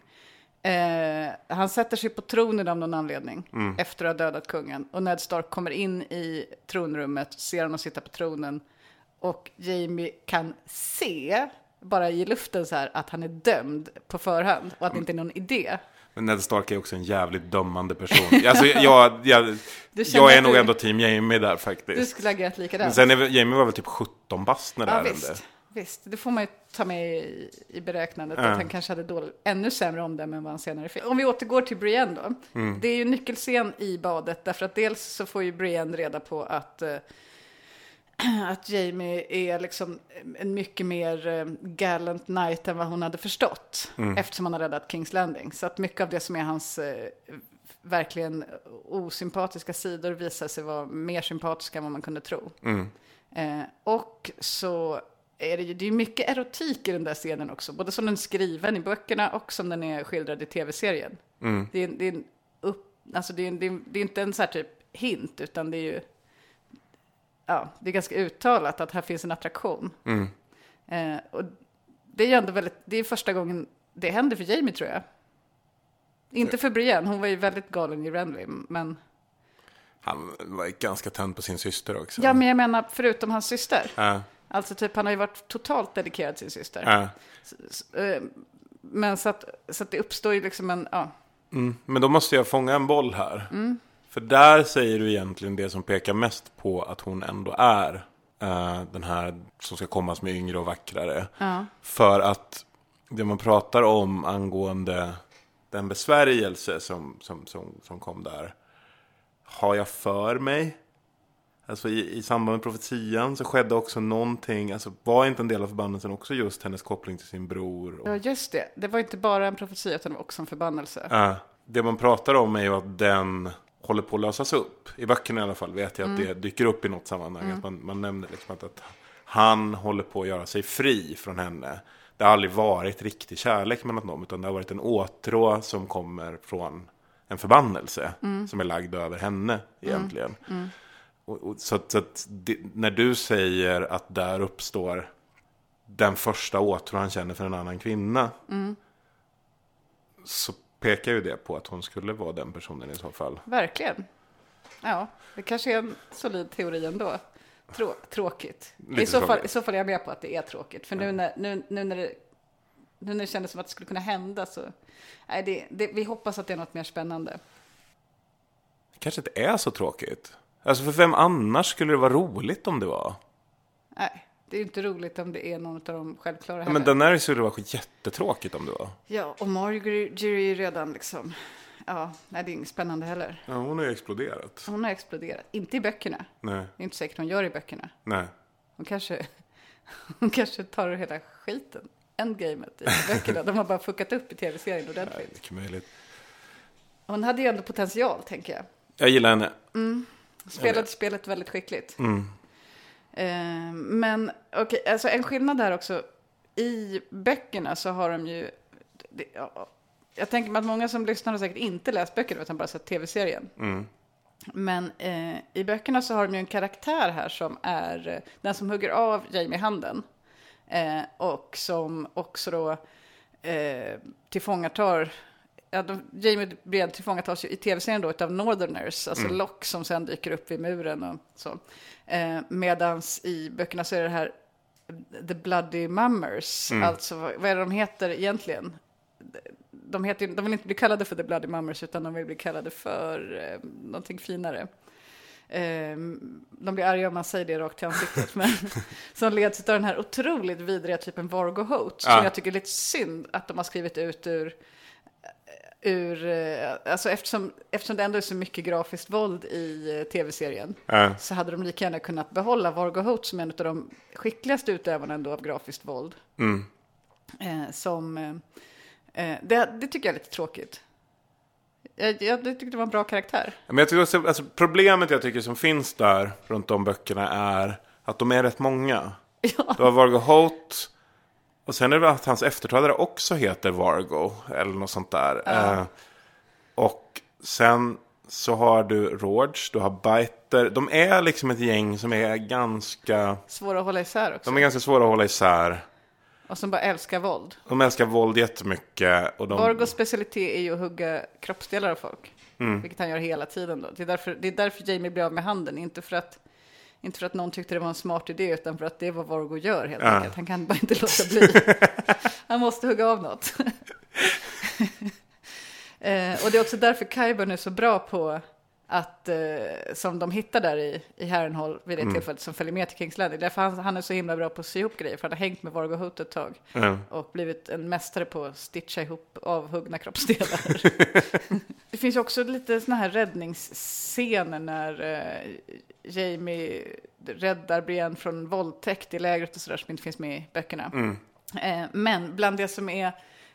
Han sätter sig på tronen av någon anledning efter att ha dödat kungen, och Ned Stark kommer in i tronrummet, ser honom sitta på tronen, och Jamie kan se bara i luften så här att han är dömd på förhand och att det inte är någon idé. Men Ned Stark är också en jävligt dömande person. Alltså, jag är nog ändå team Jamie där faktiskt. Du skulle ha agerat likadant. Men sen Jamie var väl typ 17 bast när det hände. Visst, det får man ju ta med i beräknandet. Att han kanske hade ännu sämre omdöme än vad han senare fick. Om vi återgår till Brienne då. Det är ju nyckelscen i badet. Därför att dels så får ju Brienne reda på att Jamie är liksom en mycket mer gallant knight än vad hon hade förstått. Eftersom han har räddat King's Landing. Så att mycket av det som är hans verkligen osympatiska sidor visar sig vara mer sympatiska än vad man kunde tro. Och så är det är mycket erotik i den där scenen också. Både som den är skriven i böckerna och som den är skildrad i tv-serien. Det är inte en så här typ hint, utan det är ju det är ganska uttalat att här finns en attraktion. Och det är ju ändå det är första gången det händer för Jamie, tror jag. Inte för Brienne, hon var ju väldigt galen i Renly, men han var ganska tänd på sin syster också. Ja, men jag menar förutom hans syster. Alltså typ, han har ju varit totalt dedikerad till sin syster. Men så att det uppstår ju liksom en Men då måste jag fånga en boll här. För där säger du egentligen det som pekar mest på att hon ändå är den här som ska komma som är yngre och vackrare. För att det man pratar om angående den besvärjelse som kom där, har jag för mig. Alltså i samband med profetian så skedde också någonting. Alltså var inte en del av förbannelsen också just hennes koppling till sin bror? Ja, just det. Det var inte bara en profetia utan det var också en förbannelse. Det man pratar om är ju att den håller på att lösas upp. I böckerna i alla fall vet jag att det dyker upp i något sammanhang. Att man nämner liksom att han håller på att göra sig fri från henne. Det har aldrig varit riktig kärlek mellan dem, utan det har varit en åtrå som kommer från en förbannelse som är lagd över henne egentligen. Så att när du säger att där uppstår den första åtrå han känner för en annan kvinna, så pekar ju det på att hon skulle vara den personen i så fall. Verkligen. Ja, det kanske är en solid teori ändå. Tråkigt. I så fall är jag med på att det är tråkigt. För nu när det kändes som att det skulle kunna hända, så vi hoppas att det är något mer spännande. Kanske inte är så tråkigt. Alltså för vem annars skulle det vara roligt om det var? Nej, det är ju inte roligt om det är någon av de självklara heller. Men den här skulle vara jättetråkigt om det var. Ja, och Marjorie är redan liksom... Ja, nej, det är inget spännande heller. Ja, hon har ju exploderat. Hon har exploderat. Inte i böckerna. Nej. Det är inte säkert hon gör i böckerna. Nej. Hon kanske tar hela skiten. Endgamet i böckerna. De har bara fuckat upp i tv-serien ordentligt. Ja, det är möjligt. Hon hade ju ändå potential, tänker jag. Jag gillar henne. Spelade spelet väldigt skickligt. Men okej, alltså en skillnad där också. I böckerna så har de ju... Jag tänker mig att många som lyssnar har säkert inte läst böckerna utan bara sett tv-serien. Men i böckerna så har de ju en karaktär här som är den som hugger av Jamie handen. Och som också då tillfångatar... Jamie Brienne tillfångatas ju i tv-serien då utav Northerners, alltså Locke som sen dyker upp vid muren och så. Medans i böckerna så är det här The Bloody Mummers, alltså vad är det de heter egentligen? De vill inte bli kallade för The Bloody Mummers utan de vill bli kallade för någonting finare. De blir arga om man säger det rakt i ansiktet, men som leds av den här otroligt vidriga typen Vargo Hoat som jag tycker är lite synd att de har skrivit ut ur alltså eftersom det ändå är så mycket grafiskt våld i tv-serien så hade de lika gärna kunnat behålla Vargo Hoat som en av de skickligaste utövarna ändå av grafiskt våld. Det tycker jag är lite tråkigt. Jag tycker det var en bra karaktär. Men jag tycker också, alltså, problemet jag tycker som finns där runt om böckerna är att de är rätt många. Ja. Du har Vargo Hoat. Och sen är det att hans efterträdare också heter Vargo. Eller något sånt där. Och sen så har du Rouge. Du har Biter. De är liksom ett gäng som är ganska... svåra att hålla isär också. De är ganska svåra att hålla isär. Och som bara älskar våld. De älskar våld jättemycket. Och Vargos specialitet är ju att hugga kroppsdelar av folk. Vilket han gör hela tiden då. Det är därför Jamie blir av med handen. Inte för att någon tyckte det var en smart idé, utan för att det är vad Vargo gör helt enkelt. Han kan bara inte låta bli. Han måste hugga av något. Och det är också därför Qyburn är så bra på att, som de hittar där i Harrenhal vid det tillfället som följer med till King's Landing. Därför han är så himla bra på att sy ihop grejer, för han har hängt med Vargo Hoat ett tag. Och blivit en mästare på att stitcha ihop avhuggna kroppsdelar. Det finns ju också lite såna här räddningsscener när Jamie räddar Brienne från våldtäkt i lägret och sådär som inte finns med i böckerna. Men bland det som är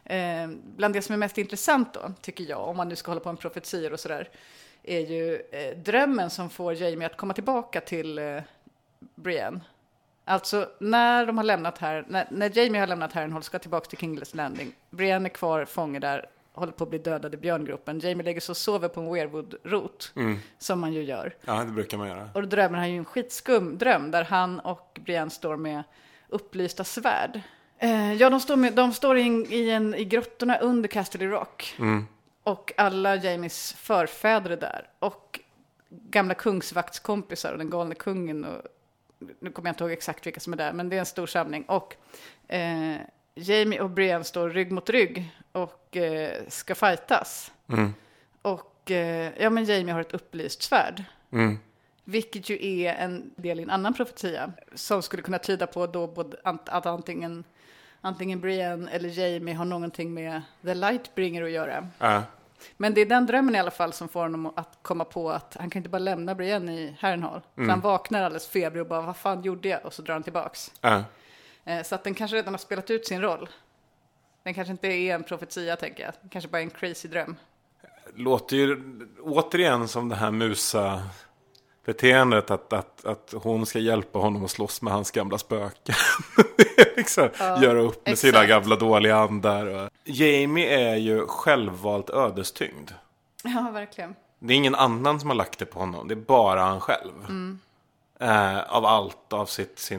Bland det som är mest intressant då, tycker jag, om man nu ska hålla på med profetior och sådär, är ju drömmen som får Jaime att komma tillbaka till Brienne. Alltså när de har lämnat här, när Jaime har lämnat Harrenhal och ska tillbaka till King's Landing, Brienne är kvar, fånge där, håller på att bli dödad i björngropen. Jaime lägger så och sover på en weirwood-rot, som man ju gör. Ja, det brukar man göra. Och då drömmer han ju en skitskum dröm där han och Brienne står med upplysta svärd. Ja, de står i grottorna under Casterly Rock. Och alla Jaimes förfäder är där. Och gamla kungsvaktskompisar och den galne kungen. Och, nu kommer jag inte ihåg exakt vilka som är där, men det är en stor samling. Och Jaime och Brienne står rygg mot rygg och ska fightas. Och men Jaime har ett upplyst svärd. Vilket ju är en del i en annan profetia som skulle kunna tyda på då både att antingen Brienne eller Jaime har någonting med The Lightbringer att göra. Men det är den drömmen i alla fall som får honom att komma på att han kan inte bara lämna Brienne i Harrenhal. Så han vaknar alldeles febrig och bara, vad fan gjorde jag? Och så drar han tillbaks. Så att den kanske redan har spelat ut sin roll. Den kanske inte är en profetia, tänker jag. Kanske bara en crazy dröm. Låter ju återigen som det här musa-beteendet att hon ska hjälpa honom att slåss med hans gamla spöken. Liksom, göra upp med sina gamla dåliga andar. Jaime är ju självvalt ödestyngd. Ja, verkligen. Det är ingen annan som har lagt det på honom. Det är bara han själv. Av allt, av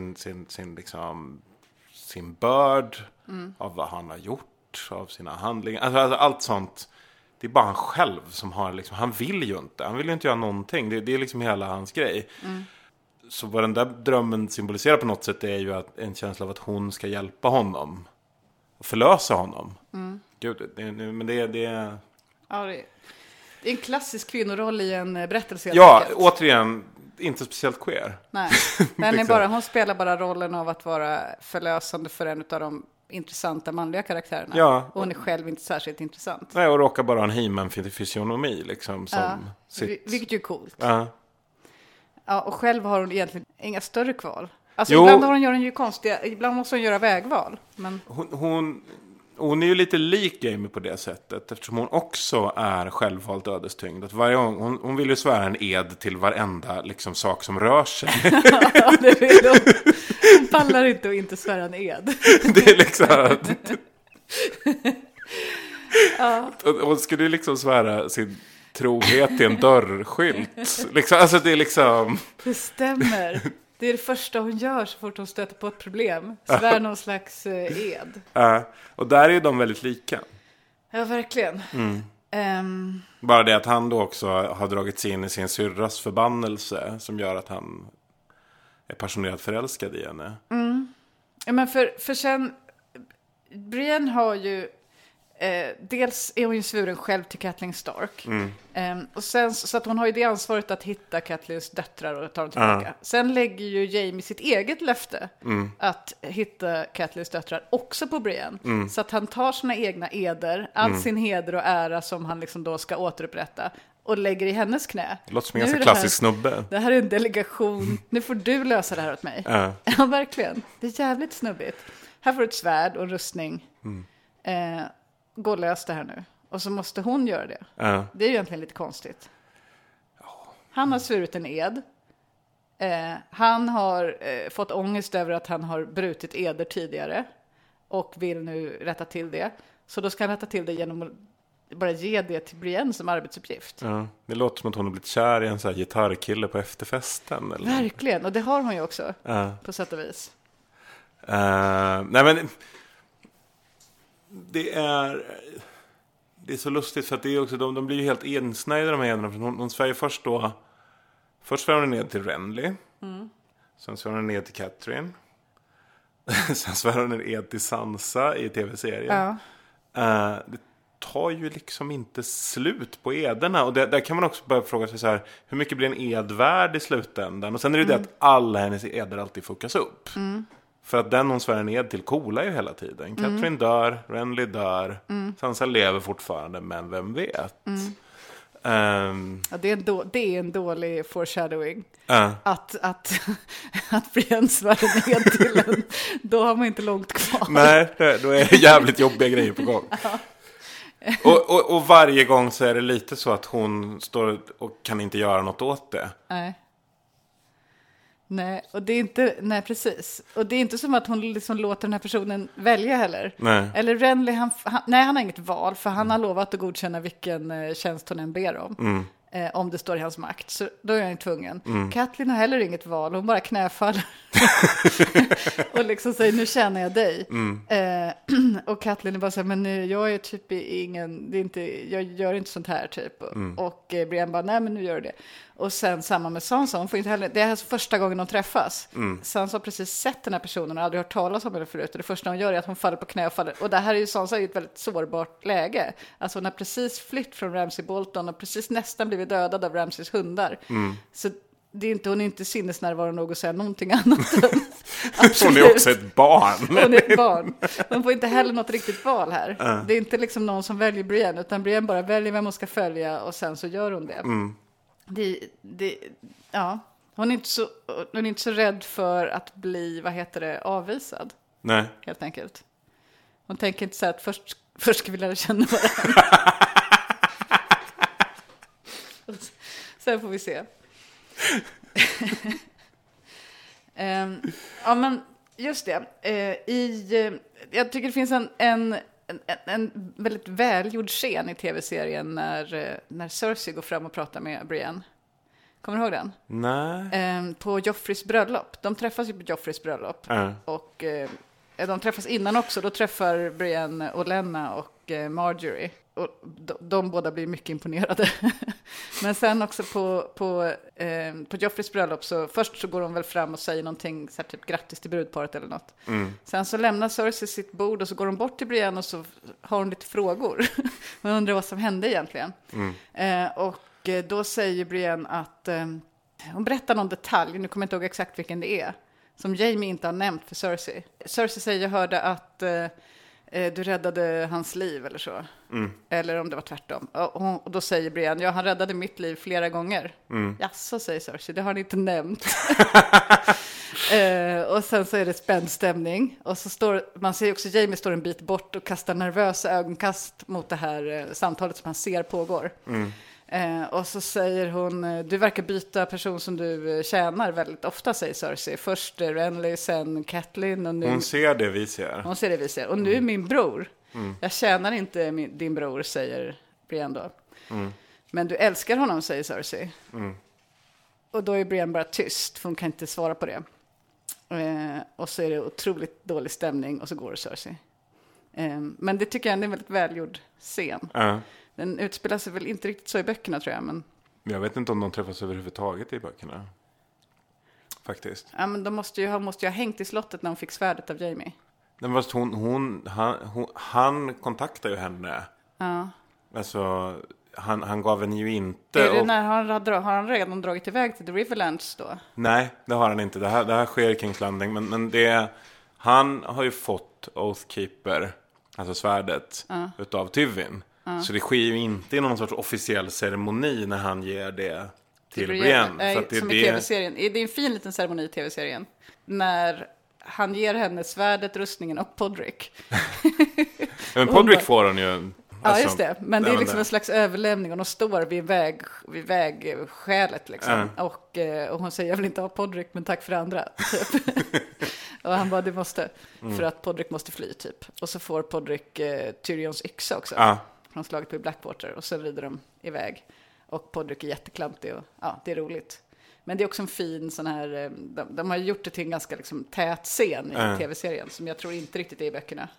sin börd, av vad han har gjort, av sina handlingar. Alltså allt sånt. Det är bara han själv som har liksom, han vill ju inte göra någonting. Det är liksom hela hans grej. Så vad den där drömmen symboliserar på något sätt är ju att en känsla av att hon ska hjälpa honom och förlösa honom. Gud, men det är... Ja, det är en klassisk kvinnoroll i en berättelse. Ja, återigen, inte speciellt queer. Nej, hon spelar bara rollen av att vara förlösande för en av de intressanta manliga karaktärerna. Ja. Och hon är själv inte särskilt intressant. Nej, och råkar bara ha en He-Man-fysionomi liksom. Vilket ju är coolt. Ja, och själv har hon egentligen inga större kval. Alltså ibland gör hon ju konstiga, ibland måste hon göra vägval. Men... Hon är ju lite lik Jaime på det sättet, eftersom hon också är självvalt ödestyngd. Att varje gång, hon vill ju svära en ed till varenda liksom, sak som rör sig. Ja, det vill hon. Hon pallar inte att inte svära en ed. Det är liksom... Hon skulle ju liksom svära sin trohet till en dörrskylt. Liksom, alltså det är liksom... Det stämmer. Det är det första hon gör så fort hon stöter på ett problem. Svär någon slags ed. Och där är de väldigt lika. Ja, verkligen. Bara det att han då också har dragits in i sin syrras förbannelse som gör att han är passionerat förälskad i henne. Ja, men för sen... Brienne har ju... dels är hon ju svuren själv till Catelyn Stark. Och sen, så att hon har ju det ansvaret att hitta Catelyns döttrar och ta dem tillbaka. Sen lägger ju Jaime sitt eget löfte att hitta Catelyns döttrar också på Brienne. Så att han tar sina egna eder, all sin heder och ära som han liksom då ska återupprätta och lägger i hennes knä. Det låter som en ganska klassisk snubbe. Det här är en delegation. Nu får du lösa det här åt mig. Ja, verkligen. Det är jävligt snubbigt. Här får du ett svärd och en rustning. Gå och lös det här nu. Och så måste hon göra det. Det är ju egentligen lite konstigt. Han har svurit en ed. Han har fått ångest över att han har brutit eder tidigare. Och vill nu rätta till det. Så då ska han rätta till det genom att bara ge det till Brienne som arbetsuppgift. Det låter som att hon har blivit kär i en sån här gitarrkille på efterfesten. Eller? Verkligen, och det har hon ju också. På sätt och vis. Nej men... Det är så lustigt för att det är också, de blir ju helt ensnöjda de här ederna. Hon svär först svär hon ner till Renly. Sen svär hon ner till Catelyn. Sen svär hon ner till Sansa i tv-serien. Det tar ju liksom inte slut på ederna. Och där kan man också börja fråga sig så här, hur mycket blir en ed värd i slutändan? Och sen är det att alla hennes eder alltid fuckas upp. För att den hon svär ned till kolar ju hela tiden. Catelyn dör, Renly dör. Sansa lever fortfarande, men vem vet? Ja, det är en dålig foreshadowing. Att Brienne svär ner till en, då har man inte långt kvar. Nej, då är det jävligt jobbiga grejer på gång. Och varje gång så är det lite så att hon står och kan inte göra något åt det. Nej, och det är inte, nej precis. Och det är inte som att hon liksom låter den här personen välja heller. Nej. Eller Renly, han har inget val, för han har lovat att godkänna vilken tjänst hon än ber om. Om det står i hans makt, så då är han tvungen. Catelyn har heller inget val, hon bara knäfaller. Och liksom säger, nu känner jag dig. Och Catelyn är bara så här, men nu, jag är typ ingen, det är inte, jag gör inte sånt här typ. Och Brienne bara, nej men nu gör du det. Och sen samma med Sansa, hon får inte heller, det är första gången de träffas. Sansa har precis sett den här personen och aldrig hört talas om det förut. Och det första hon gör är att hon faller på knä och faller. Och det här är ju Sansa i ett väldigt sårbart läge. Alltså hon har precis flytt från Ramsay Bolton och precis nästan blivit dödad av Ramsays hundar. Så det är inte, hon är inte sinnesnärvaro nog att säga någonting annat. Hon är också ett barn. Hon är ett barn. Hon får inte heller något riktigt val här. Det är inte liksom någon som väljer Brienne, utan Brienne bara väljer vem hon ska följa och sen så gör hon det. Ja, hon är inte så rädd för att bli, avvisad. Nej. Helt enkelt. Hon tänker inte så att först ska vi lära känna varandra. Sen får vi se. Ja, men just det. Jag tycker det finns en väldigt välgjord scen i tv-serien när Cersei går fram och pratar med Brienne. Kommer du ihåg den? Nej. På Joffreys bröllop. De träffas ju på Joffreys bröllop. Och de träffas innan också. Då träffar Brienne Olenna och Marjorie. Och de båda blir mycket imponerade. Men sen också på Joffreys bröllop, så först så går de väl fram och säger någonting så här, typ grattis till brudparet eller något. Sen så lämnar Cersei sitt bord och så går de bort till Brienne och så har hon lite frågor. Man undrar vad som hände egentligen. Och då säger Brienne att hon berättar någon detalj, nu kommer jag inte ihåg exakt vilken det är, som Jaime inte har nämnt för Cersei. Cersei säger, jag hörde att du räddade hans liv eller så. Eller om det var tvärtom. Och då säger Brienne, ja, han räddade mitt liv flera gånger. Jaså, säger Cersei, det har ni inte nämnt. Och sen så är det spänd stämning. Och så man ser också Jaime står en bit bort och kastar nervösa ögonkast mot det här samtalet som han ser pågår. Och så säger hon, du verkar byta person som du tjänar väldigt ofta, säger Cersei. Först Renly, sen Catelyn och nu... Hon ser det vi ser. Hon ser det vi ser. Och nu är min bror. Jag tjänar inte din bror, säger Brienne då. Men du älskar honom, säger Cersei. Och då är Brienne bara tyst, för hon kan inte svara på det. Och så är det otroligt dålig stämning och så går det Cersei. Men det tycker jag är en väldigt välgjord scen. Den utspelar sig väl inte riktigt så i böckerna, tror jag. Men jag vet inte om de träffas överhuvudtaget i böckerna. Faktiskt. Ja, men de måste ju ha hängt i slottet när hon fick svärdet av Jaime. Men fast han kontaktar ju henne. Ja. Alltså, han gav henne ju inte... Är det när har han redan dragit iväg till The Riverlands då? Nej, det har han inte. Det här sker i King's Landing. Men han har ju fått Oathkeeper, alltså svärdet, utav Tywin. Så det sker ju inte i någon sorts officiell ceremoni när han ger det till Brienne. Så att som i tv-serien. Det är en fin liten ceremoni i tv-serien. När han ger henne svärdet, rustningen och Podrick. Men Podrick får hon ju... Ja, just det. Men det är liksom en slags överlämning och de står vid vägskälet liksom. Och hon säger, jag vill inte ha Podrick, men tack för det andra. Typ. Och han bara, du måste. För att Podrick måste fly typ. Och så får Podrick Tyrions yxa också. Från slaget på Blackwater. Och så rider de iväg. Och Podrick är jätteklantig och det är roligt. Men det är också en fin sån här, de har gjort det till en ganska liksom tät scen i tv-serien. Som jag tror inte riktigt är i böckerna.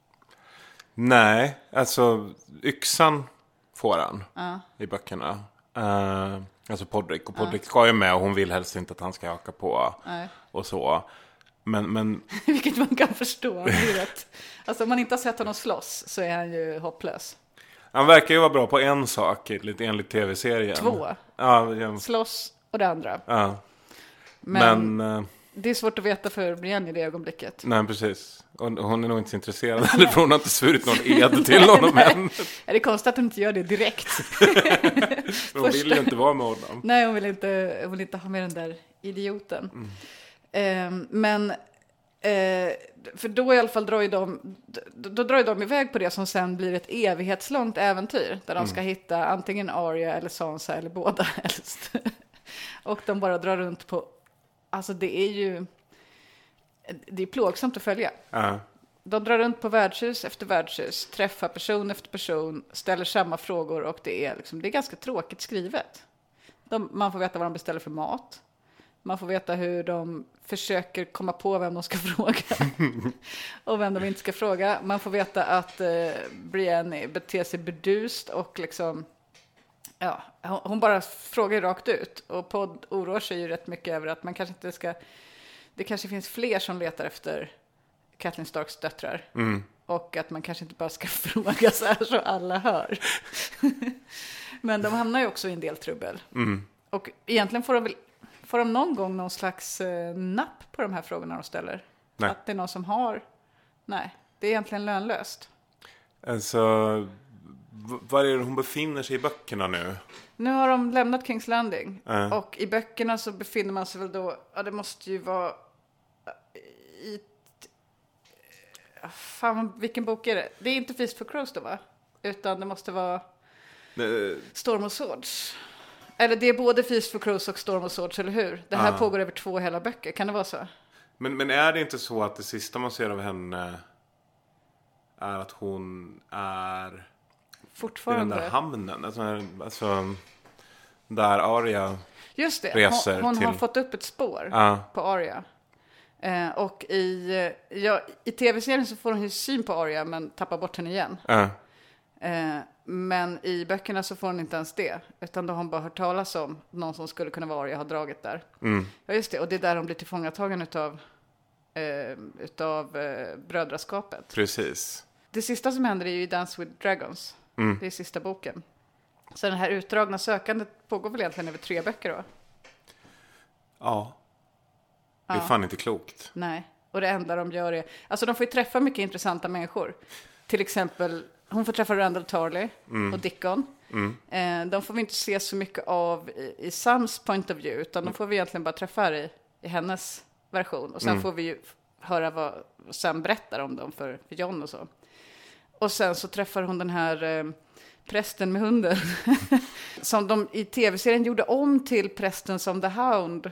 Nej, alltså yxan får han i böckerna. Alltså Podrick. Och Podrick ska ju med och hon vill helst inte att han ska haka på. Och så. Men... Vilket man kan förstå. Alltså om man inte har sett honom slåss så är han ju hopplös. Han verkar ju vara bra på en sak enligt tv-serien. 2. Ja. Slåss och det andra. Ja. Men det är svårt att veta för Brienne i det ögonblicket. Nej, precis. Och hon är nog inte så intresserad. Eller för hon har inte svurit någon ed till honom än. Är det konstigt att hon inte gör det direkt? Hon vill ju inte vara med honom. Nej, hon vill inte ha med den där idioten. För då i alla fall drar ju de iväg på det som sen blir ett evighetslångt äventyr. Där de ska hitta antingen Arya eller Sansa eller båda helst. Och de bara drar runt på... Alltså det är plågsamt att följa. De drar runt på värdshus efter värdshus, träffar person efter person, ställer samma frågor och det är ganska tråkigt skrivet. Man får veta vad de beställer för mat. Man får veta hur de försöker komma på vem de ska fråga och vem de inte ska fråga. Man får veta att Brienne beter sig burdust och liksom... Ja, hon bara frågar rakt ut. Och podd oroar sig ju rätt mycket över att man kanske inte ska... Det kanske finns fler som letar efter Catelyn Starks döttrar. Och att man kanske inte bara ska fråga så här så alla hör. Men de hamnar ju också i en del trubbel. Och egentligen får de någon gång någon slags napp på de här frågorna de ställer. Nej. Att det är någon som har... Nej, det är egentligen lönlöst. Alltså, var är det hon befinner sig i böckerna nu? Nu har de lämnat Kings Landing. Och i böckerna så befinner man sig väl då... Ja, det måste ju vara... Fan, vilken bok är det? Det är inte Feast for Crows då, va? Utan det måste vara... Storm of Swords. Eller det är både Feast for Crows och Storm of Swords, eller hur? Det här pågår över 2 hela böcker. Kan det vara så? Men är det inte så att det sista man ser av henne är att hon är fortfarande i den där hamnen? Alltså där Arya just det, reser hon till... har fått upp ett spår på Arya. Och i tv-serien så får hon ju syn på Arya men tappar bort henne igen. Men i böckerna så får hon inte ens det. Utan då har hon bara hört talas om någon som skulle kunna vara Arya har dragit där. Ja just det, och det är där hon blir tillfångatagen utav brödraskapet. Precis. Det sista som händer är ju i Dance with Dragons. Det är sista boken. Så den här utdragna sökandet pågår väl egentligen över 3 böcker då? Ja. Det är fan inte klokt. Nej, och det enda de gör är... Alltså de får ju träffa mycket intressanta människor. Till exempel, hon får träffa Randall Tarley och Dickon. De får vi inte se så mycket av i Sams point of view. Utan de får vi egentligen bara träffa här i hennes version. Och sen får vi ju höra vad Sam berättar om dem för Jon och så. Och sen så träffar hon den här prästen med hunden. Som de i tv-serien gjorde om till prästen som The Hound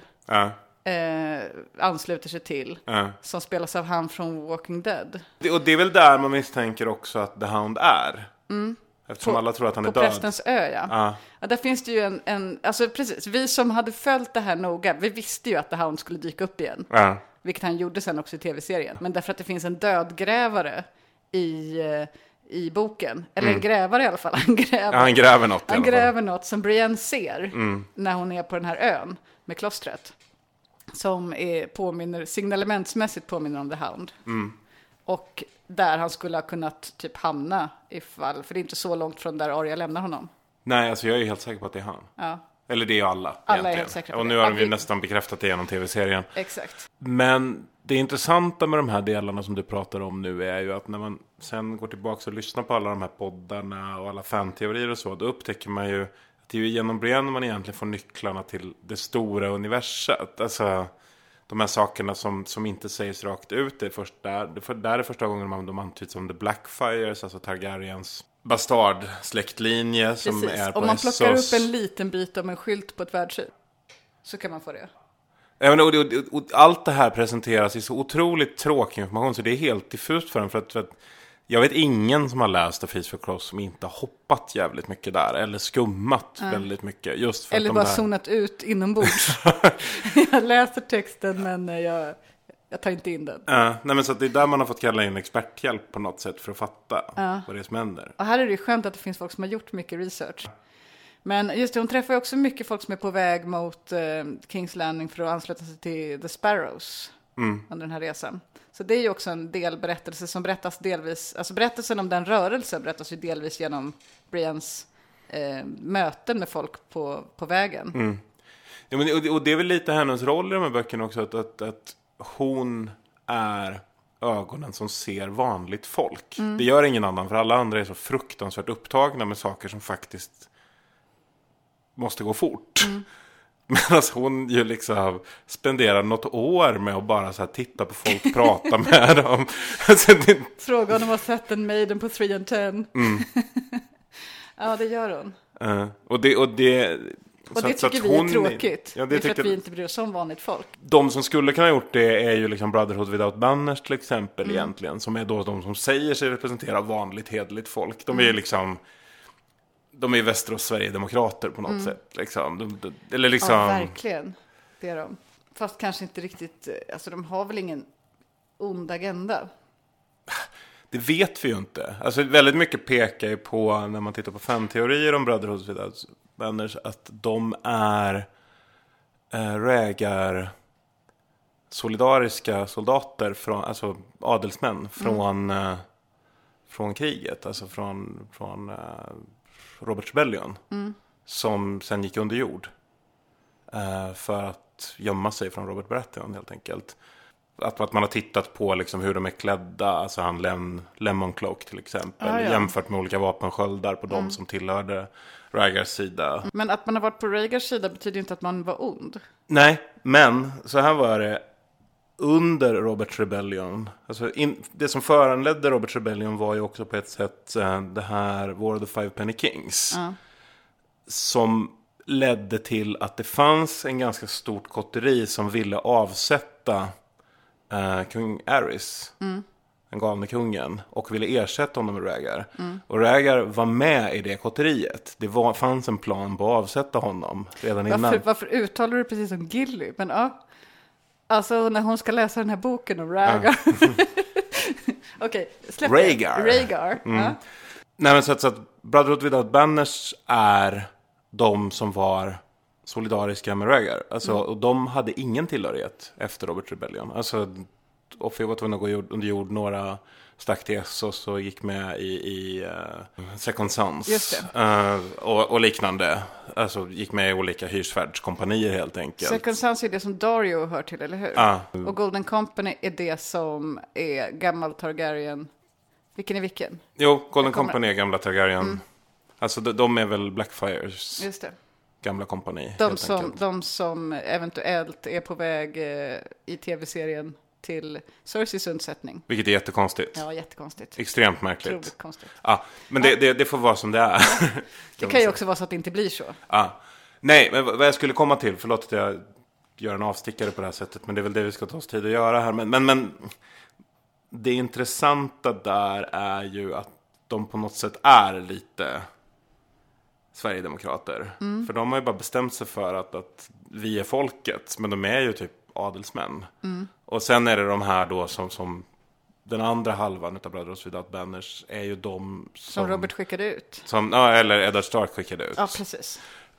ansluter sig till. Som spelas av han från Walking Dead. Och det är väl där man misstänker också att The Hound är. Eftersom alla tror att han är död. På prästens ö, ja. Där finns det ju alltså precis, vi som hade följt det här noga, vi visste ju att The Hound skulle dyka upp igen. Vilket han gjorde sen också i tv-serien. Men därför att det finns en dödgrävare i boken. Eller en grävare i alla fall. Han gräver något. Han gräver något som Brienne ser när hon är på den här ön med klostret. Som signalementsmässigt påminner om The Hound. Och där han skulle ha kunnat typ hamna ifall, för det är inte så långt från där Arya lämnar honom. Nej, alltså jag är helt säker på att det är han. Ja. Eller det är ju alla är helt säkra på och nu har de ju nästan bekräftat det genom tv-serien. Exakt. Men det intressanta med de här delarna som du pratar om nu är ju att när man sen går tillbaka och lyssnar på alla de här poddarna och alla fanteorier och så, då upptäcker man ju att det är ju genom Brienne man egentligen får nycklarna till det stora universet. Alltså de här sakerna som inte sägs rakt ut. Det är första gången de antyds som The Blackfires, alltså Targaryens bastardsläktlinje som precis. är på om man Essos. Plockar upp en liten bit av en skylt på ett värdshus så kan man få det. Och allt det här presenteras i så otroligt tråkig information så det är helt diffust för en för att jag vet ingen som har läst A Feast for Crows som inte har hoppat jävligt mycket där eller skummat väldigt mycket just för eller att bara zonat ut inombords. Jag läser texten men jag tar inte in den. Nej, men så det är där man har fått kalla in experthjälp på något sätt för att fatta vad det är som händer. Och här är det ju skönt att det finns folk som har gjort mycket research. Men just det, hon träffar ju också mycket folk som är på väg mot Kings Landing för att ansluta sig till The Sparrows under den här resan. Så det är ju också en delberättelse som berättas delvis, alltså berättelsen om den rörelsen berättas ju delvis genom Briennes möten med folk på vägen. Ja, men, och det är väl lite hennes roll i de här böckerna också. Att hon är ögonen som ser vanligt folk. Det gör ingen annan, för alla andra är så fruktansvärt upptagna med saker som faktiskt måste gå fort. Medan hon ju liksom spenderar något år med att bara så här titta på folk, prata med dem. Alltså, Fråga om de har sett en Maiden på 3 and 10. Ja, det gör hon. Och det tycker vi är tråkigt. Ja, det är för att vi inte bryr oss om vanligt folk. De som skulle kunna ha gjort det är ju liksom Brotherhood Without Banners till exempel egentligen. Som är då de som säger sig representera vanligt hederligt folk. De är ju liksom... De är ju Västerås Sverigedemokrater på något sätt. Liksom. Eller liksom... Ja, verkligen. Det är de. Fast kanske inte riktigt... Alltså de har väl ingen ond agenda. Det vet vi ju inte. Alltså väldigt mycket pekar ju på, när man tittar på fanteorier om Brotherhood Without Banners, att de är rägar solidariska soldater, från, alltså adelsmän från kriget. Alltså från Roberts Rebellion. Som sen gick under jord. För att gömma sig från Robert Baratheon helt enkelt. Att man har tittat på liksom hur de är klädda. Alltså han Lemon Cloak till exempel. Jämfört med olika vapensköldar på de som tillhörde Rhaegars sida. Men att man har varit på Rhaegars sida betyder inte att man var ond. Nej, men så här var det under Roberts Rebellion. Alltså det som föranledde Roberts Rebellion var ju också på ett sätt det här War of the Five Penny Kings. Som ledde till att det fanns en ganska stort kotteri som ville avsätta kung Aerys, den galne kungen, och ville ersätta honom med Rhaegar. Och Rhaegar var med i det kotteriet. Det fanns en plan på att avsätta honom redan innan. Varför uttalar du precis som Gilly? Men ja, alltså när hon ska läsa den här boken om Rhaegar. Okej, släpp Rhaegar. Nej, men så att Brotherhood Without Banners är de som var solidariska med Rhaegar. Alltså, och de hade ingen tillhörighet efter Roberts Rebellion. Alltså, Offer var tvungen att gå under jord. Några stack till Essos och gick med i Second Sons. Just det. Och liknande. Alltså gick med i olika hyrsvärdskompanier helt enkelt. Second Sons är det som Dario hör till, eller hur? Och Golden Company är det som är gammal Targaryen. Vilken är vilken? Jo, Golden Company är gamla Targaryen. Alltså de är väl Blackfires. Just det. Gamla kompani. De som eventuellt är på väg i tv-serien till Cerseis undsättning. Vilket är jättekonstigt. Ja, jättekonstigt. Extremt märkligt. Otroligt konstigt. Ja, men det får vara som det är. Det kan ju också vara så att det inte blir så. Ja. Nej, men vad jag skulle komma till, förlåt att jag gör en avstickare på det här sättet, men det är väl det vi ska ta oss tid att göra här. Men det intressanta där är ju att de på något sätt är lite Sverigedemokrater. För de har ju bara bestämt sig för att vi är folket, men de är ju typ adelsmän. Och sen är det de här då som den andra halvan av Brotherhood Without Banners är ju de som Robert skickade ut. Eller Eddard Stark skickade ut. Ja, precis.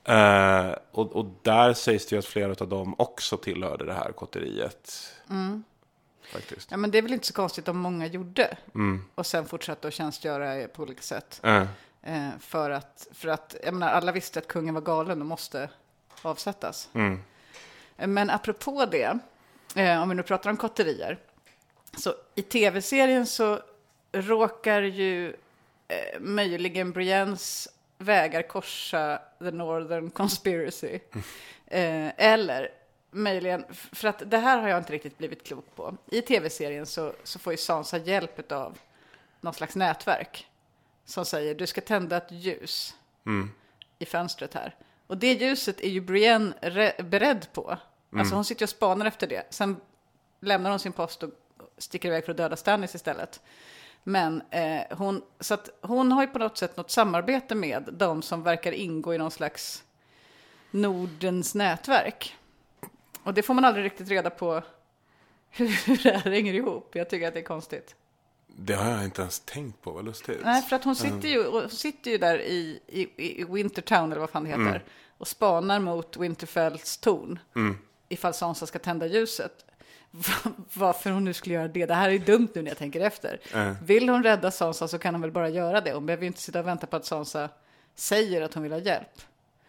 Och där sägs det ju att flera av dem också tillhörde det här kotteriet. Faktiskt. Ja, men det är väl inte så konstigt om många gjorde. Och sen fortsatte att tjänstgöra på olika sätt. För att jag menar, alla visste att kungen var galen och måste avsättas. Men apropå det, om vi nu pratar om kotterier, så i tv-serien så råkar ju möjligen Briennes vägar korsa The Northern Conspiracy. Eller möjligen, för att det här har jag inte riktigt blivit klok på. I tv-serien så får ju Sansa hjälp av någon slags nätverk som säger du ska tända ett ljus i fönstret här. Och det ljuset är ju Brienne beredd på. Alltså hon sitter och spanar efter det. Sen lämnar hon sin post och sticker iväg för att döda Stannis istället. Men hon har ju på något sätt något samarbete med de som verkar ingå i någon slags Nordens nätverk. Och det får man aldrig riktigt reda på hur det här hänger ihop. Jag tycker att det är konstigt. Det har jag inte ens tänkt på, vad lustigt. Nej, för att hon sitter ju där i Wintertown, eller vad fan det heter, och spanar mot Winterfells torn. Ifall Sansa ska tända ljuset. Varför hon nu skulle göra det. Det här är dumt nu när jag tänker efter. Vill hon rädda Sansa så kan hon väl bara göra det. Hon behöver ju inte sitta och vänta på att Sansa säger att hon vill ha hjälp.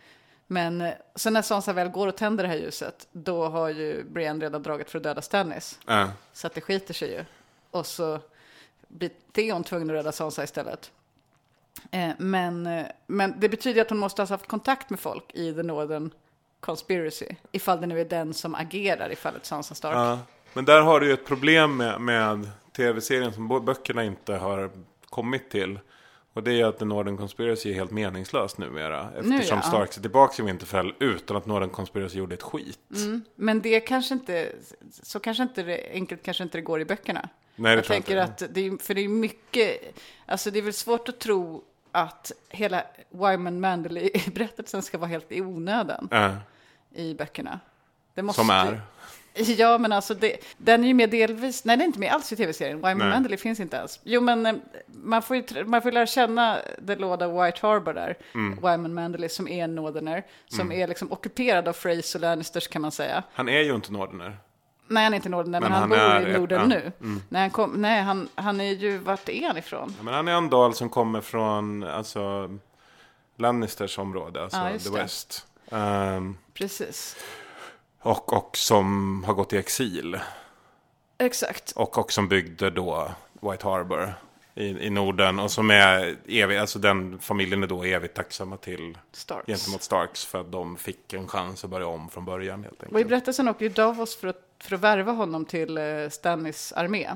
Men sen när Sansa väl går och tänder det här ljuset, då har ju Brienne redan dragit för att döda Stannis. Så att det skiter sig ju. Och så blir Theon tvungen att rädda Sansa istället. Men det betyder att hon måste ha haft kontakt med folk i The Northern Conspiracy. Ifall det nu är den som agerar i fallet Sansa Stark. Ja, men där har du ju ett problem med tv-serien som böckerna inte har kommit till. Och det är att The Northern Conspiracy är helt meningslös numera. Eftersom Stark är tillbaka i Winterfell utan att Northern Conspiracy gjorde ett skit. Men det kanske inte, så kanske inte det, enkelt kanske inte det går i böckerna. Nej, det jag tror tänker inte. att det är, för det är mycket, alltså det är väl svårt att tro att hela Wyman Manderley-berättelsen ska vara helt i onödan i böckerna. Det måste, som är? Ja, men alltså den är ju med delvis, nej det är inte med alls i tv-serien. Wyman Manderley finns inte alls. Jo, men man får lära känna The Lord of White Harbor där. Wyman Manderley som är en northerner, som är liksom ockuperad av Freys och Lannisters kan man säga. Han är ju inte northerner. Nej, han är inte northerner, men han bor i Norden nu. Han är ju, vart är han ifrån? Ja, men han är en dal som kommer från alltså, Lannisters område, alltså The West. Precis. Och som har gått i exil. Exakt. Och som byggde då White Harbor i Norden. Och som är evigt, alltså den familjen är då evigt tacksamma till Starks. Gentemot Starks för att de fick en chans att börja om från början helt enkelt. Och i berättelsen åker ju Davos för att värva honom till Stannis armé.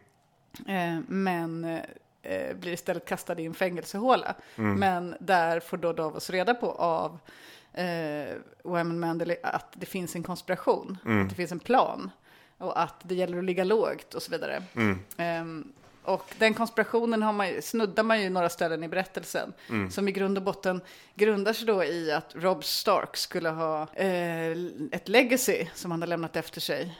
Men blir istället kastad i en fängelsehåla. Men där får då Davos reda på av Wyman Manderley att det finns en konspiration, att det finns en plan och att det gäller att ligga lågt och så vidare. Och den konspirationen snuddar man ju några ställen i berättelsen som i grund och botten grundar sig då i att Robb Stark skulle ha ett legacy som han har lämnat efter sig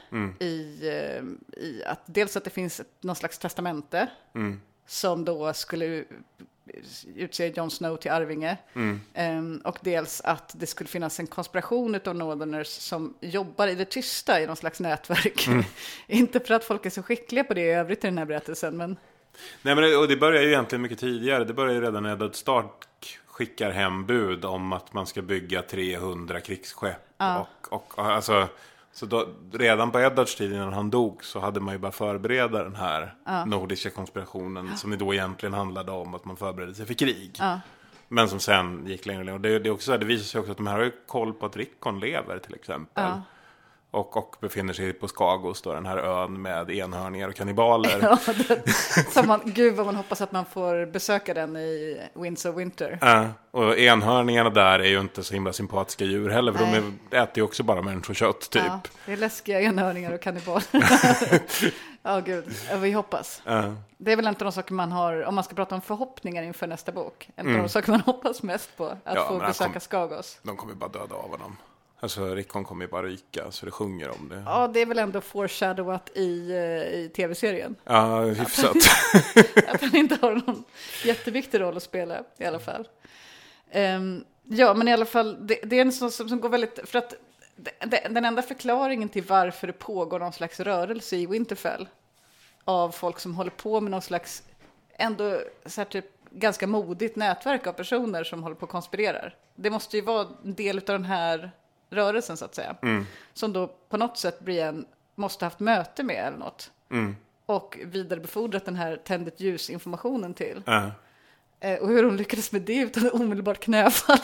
i att dels att det finns någon slags testamente som då skulle utse Jon Snow till arvinge. Och dels att det skulle finnas en konspiration av Northerners som jobbar i det tysta i någon slags nätverk. Inte för att folk är så skickliga på det i övrigt i den här berättelsen, men... Nej, men och det börjar ju egentligen mycket tidigare. Det börjar ju redan när Eddard Stark skickar hem bud om att man ska bygga 300 krigsskepp. Och alltså... Så då, redan på Eddards tid innan han dog så hade man ju bara förbereda den här nordiska konspirationen som då egentligen handlade om att man förberedde sig för krig. Men som sen gick längre och längre. Och det är också så här, det visar sig också att de här har ju koll på att Rickon lever till exempel. Och befinner sig på Skagos då, den här ön med enhörningar och kannibaler. Gud vad man hoppas att man får besöka den i Winds of Winter. Och enhörningarna där är ju inte så himla sympatiska djur heller. För de äter ju också bara människokött typ. Ja, det är läskiga enhörningar och kannibaler. Gud, vi hoppas. Det är väl inte de saker man har, om man ska prata om förhoppningar inför nästa bok. En av de saker man hoppas mest på, att få besöka Skagos. De kommer bara döda av honom. Alltså Rickon kommer ju bara ryka så det sjunger om det. Ja, det är väl ändå foreshadowat i tv-serien. Ja, hyfsat. Att han inte har någon jätteviktig roll att spela i alla fall. Ja, men i alla fall, det är en sån som går väldigt... För att den enda förklaringen till varför det pågår någon slags rörelse i Winterfell av folk som håller på med någon slags ändå så här typ ganska modigt nätverk av personer som håller på och konspirerar. Det måste ju vara en del av den här rörelsen så att säga. Som då på något sätt Brienne måste ha haft möte med eller något. Och vidarebefordrat den här tändet ljus-informationen till. Och hur hon lyckades med det utan omedelbart knäfall.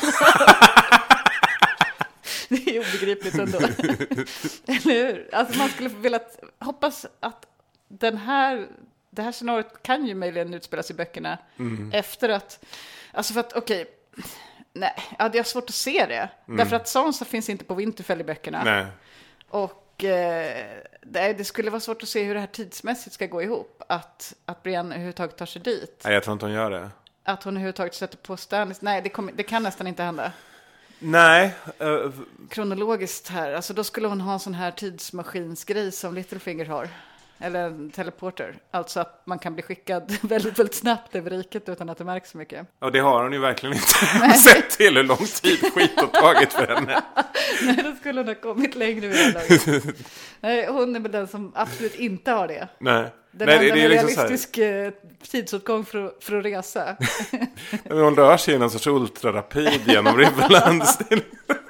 Det är obegripligt ändå. Eller hur? Alltså man skulle vilja hoppas att det här scenariot kan ju möjligen utspelas i böckerna efter att, alltså för att nej, det är svårt att se det. Därför att Sansa finns inte på Winterfell i böckerna. Nej. Och det skulle vara svårt att se hur det här tidsmässigt ska gå ihop. Att Brienne överhuvudtaget tar sig dit. Nej, jag tror inte hon gör det. Att hon överhuvudtaget sätter på Stannis. Nej, det kan nästan inte hända. Nej. Kronologiskt här. Alltså då skulle hon ha en sån här tidsmaskinsgrej som Littlefinger har. Eller en teleporter. Alltså att man kan bli skickad väldigt, väldigt snabbt över riket utan att det märks så mycket. Och det har hon ju verkligen inte sett till hur lång tid skit har tagit för henne. Nej, då skulle hon ha kommit längre vid det laget. Nej, hon är väl den som absolut inte har det. Nej. Den enda med realistisk tidsåtgång för att resa. Men hon rör sig i en sorts ultrarapid genom Riverlands.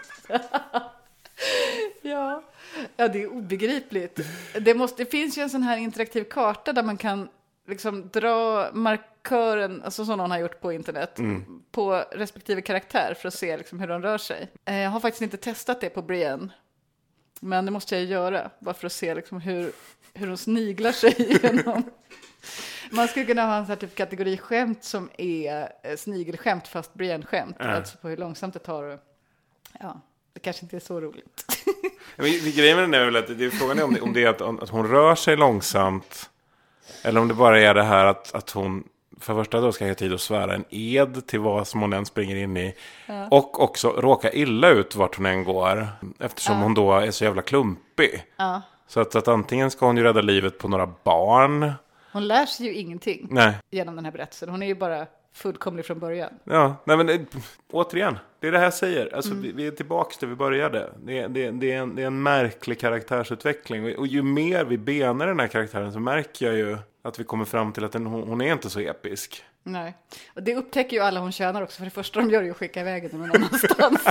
Ja, det är obegripligt. Det finns ju en sån här interaktiv karta där man kan liksom dra markören, alltså som någon har gjort på internet, på respektive karaktär för att se liksom hur de rör sig. Jag har faktiskt inte testat det på Brienne, men det måste jag göra, bara för att se liksom hur de sniglar sig igenom. Man skulle kunna ha en sån här typ kategori skämt som är snigelskämt fast Brienne-skämt, alltså på hur långsamt det tar. Ja, det kanske inte är så roligt. Grejen med den är väl att det är frågan om det är att hon rör sig långsamt, eller om det bara är det här att hon för första då ska ha tid att svära en ed till vad som hon än springer in i. Ja. Och också råka illa ut vart hon än går. Eftersom hon då är så jävla klumpig. Ja. Så att antingen ska hon ju rädda livet på några barn. Hon lär sig ju ingenting genom den här berättelsen. Hon är ju bara fullkomlig från början. Ja, nej men återigen, det är det här jag säger. Alltså, vi är tillbaka där vi började. Det är en märklig karaktärsutveckling. Och ju mer vi benar den här karaktären så märker jag ju att vi kommer fram till att hon är inte så episk. Nej, och det upptäcker ju alla hon tjänar också. För det första de gör är ju att skicka iväg henne någon annanstans.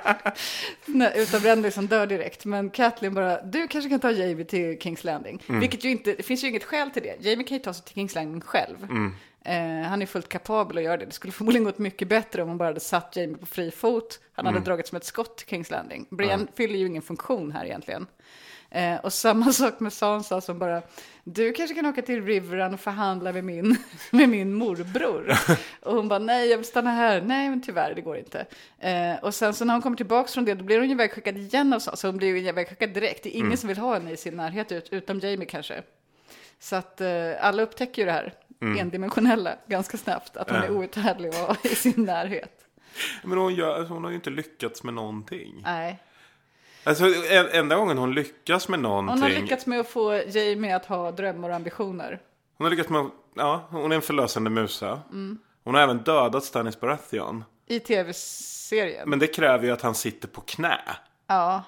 Utan Brenly som dör direkt. Men Catelyn bara, du kanske kan ta Jaime till King's Landing. Vilket ju inte, det finns ju inget skäl till det. Jaime kan ju ta sig till King's Landing själv. Han är fullt kapabel att göra det. Det skulle förmodligen gått mycket bättre om hon bara hade satt Jaime på fri fot. Han hade dragit som ett skott till King's Landing. Brienne fyller ju ingen funktion här egentligen. Och samma sak med Sansa som bara, du kanske kan åka till Riverrun och förhandla med min morbror. Och hon bara, nej jag vill stanna här. Nej men tyvärr, det går inte. Och sen så när hon kommer tillbaka från det, då blir hon ju ivägskickad igen av Sansa. Så hon blir ju ivägskickad direkt. Det är ingen som vill ha henne i sin närhet utom Jaime kanske. Så att alla upptäcker ju det här endimensionella ganska snabbt. Att hon är outhärdlig och ha i sin närhet. Men hon har ju inte lyckats med någonting. Nej. Alltså enda gången hon lyckas med någonting. Hon har lyckats med att få Jaime att ha drömmar och ambitioner. Hon har lyckats med hon är en förlösande musa. Hon har även dödat Stannis Baratheon. I tv-serien. Men det kräver ju att han sitter på knä. Ja.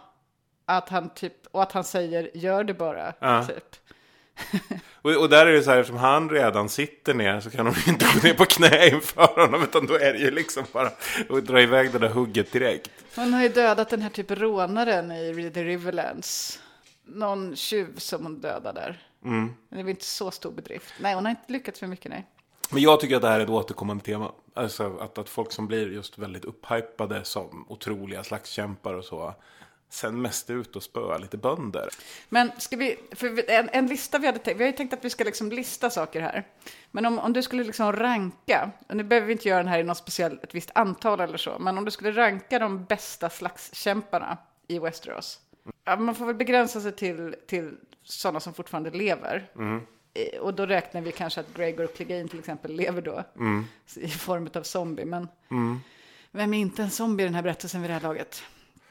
Att han säger, gör det bara, typ. och där är det så här, eftersom han redan sitter ner så kan hon inte gå ner på knä inför honom, utan då är det ju liksom bara att dra iväg det där hugget direkt. Hon har ju dödat den här typ rånaren i The Riverlands. Någon tjuv som hon dödade där. Men det var inte så stor bedrift. Nej, hon har inte lyckats för mycket, nej. Men jag tycker att det här är ett återkommande tema. Alltså att folk som blir just väldigt upphypade som otroliga slagskämpar och så, sen mest ut och spöa lite bönder. Men ska vi, för en lista vi har ju tänkt att vi ska liksom lista saker här. Men om du skulle liksom ranka, och nu behöver vi inte göra den här i något speciellt, ett visst antal eller så, men om du skulle ranka de bästa slagskämparna i Westeros. Ja, man får väl begränsa sig till sådana som fortfarande lever. Och då räknar vi kanske att Gregor Clegane till exempel lever då. I form av zombie. Men vem är inte en zombie i den här berättelsen vid det här laget?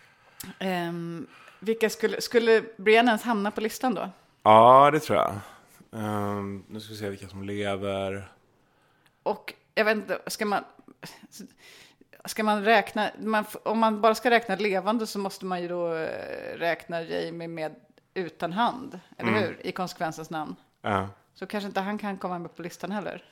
Vilka skulle Brienne ens hamna på listan då? Ja, det tror jag. Nu ska vi se vilka som lever. Och jag vet inte, ska man räkna, om man bara ska räkna levande så måste man ju då räkna Jaime med utan hand, eller hur? I konsekvensens namn. Ja. Så kanske inte han kan komma med på listan heller.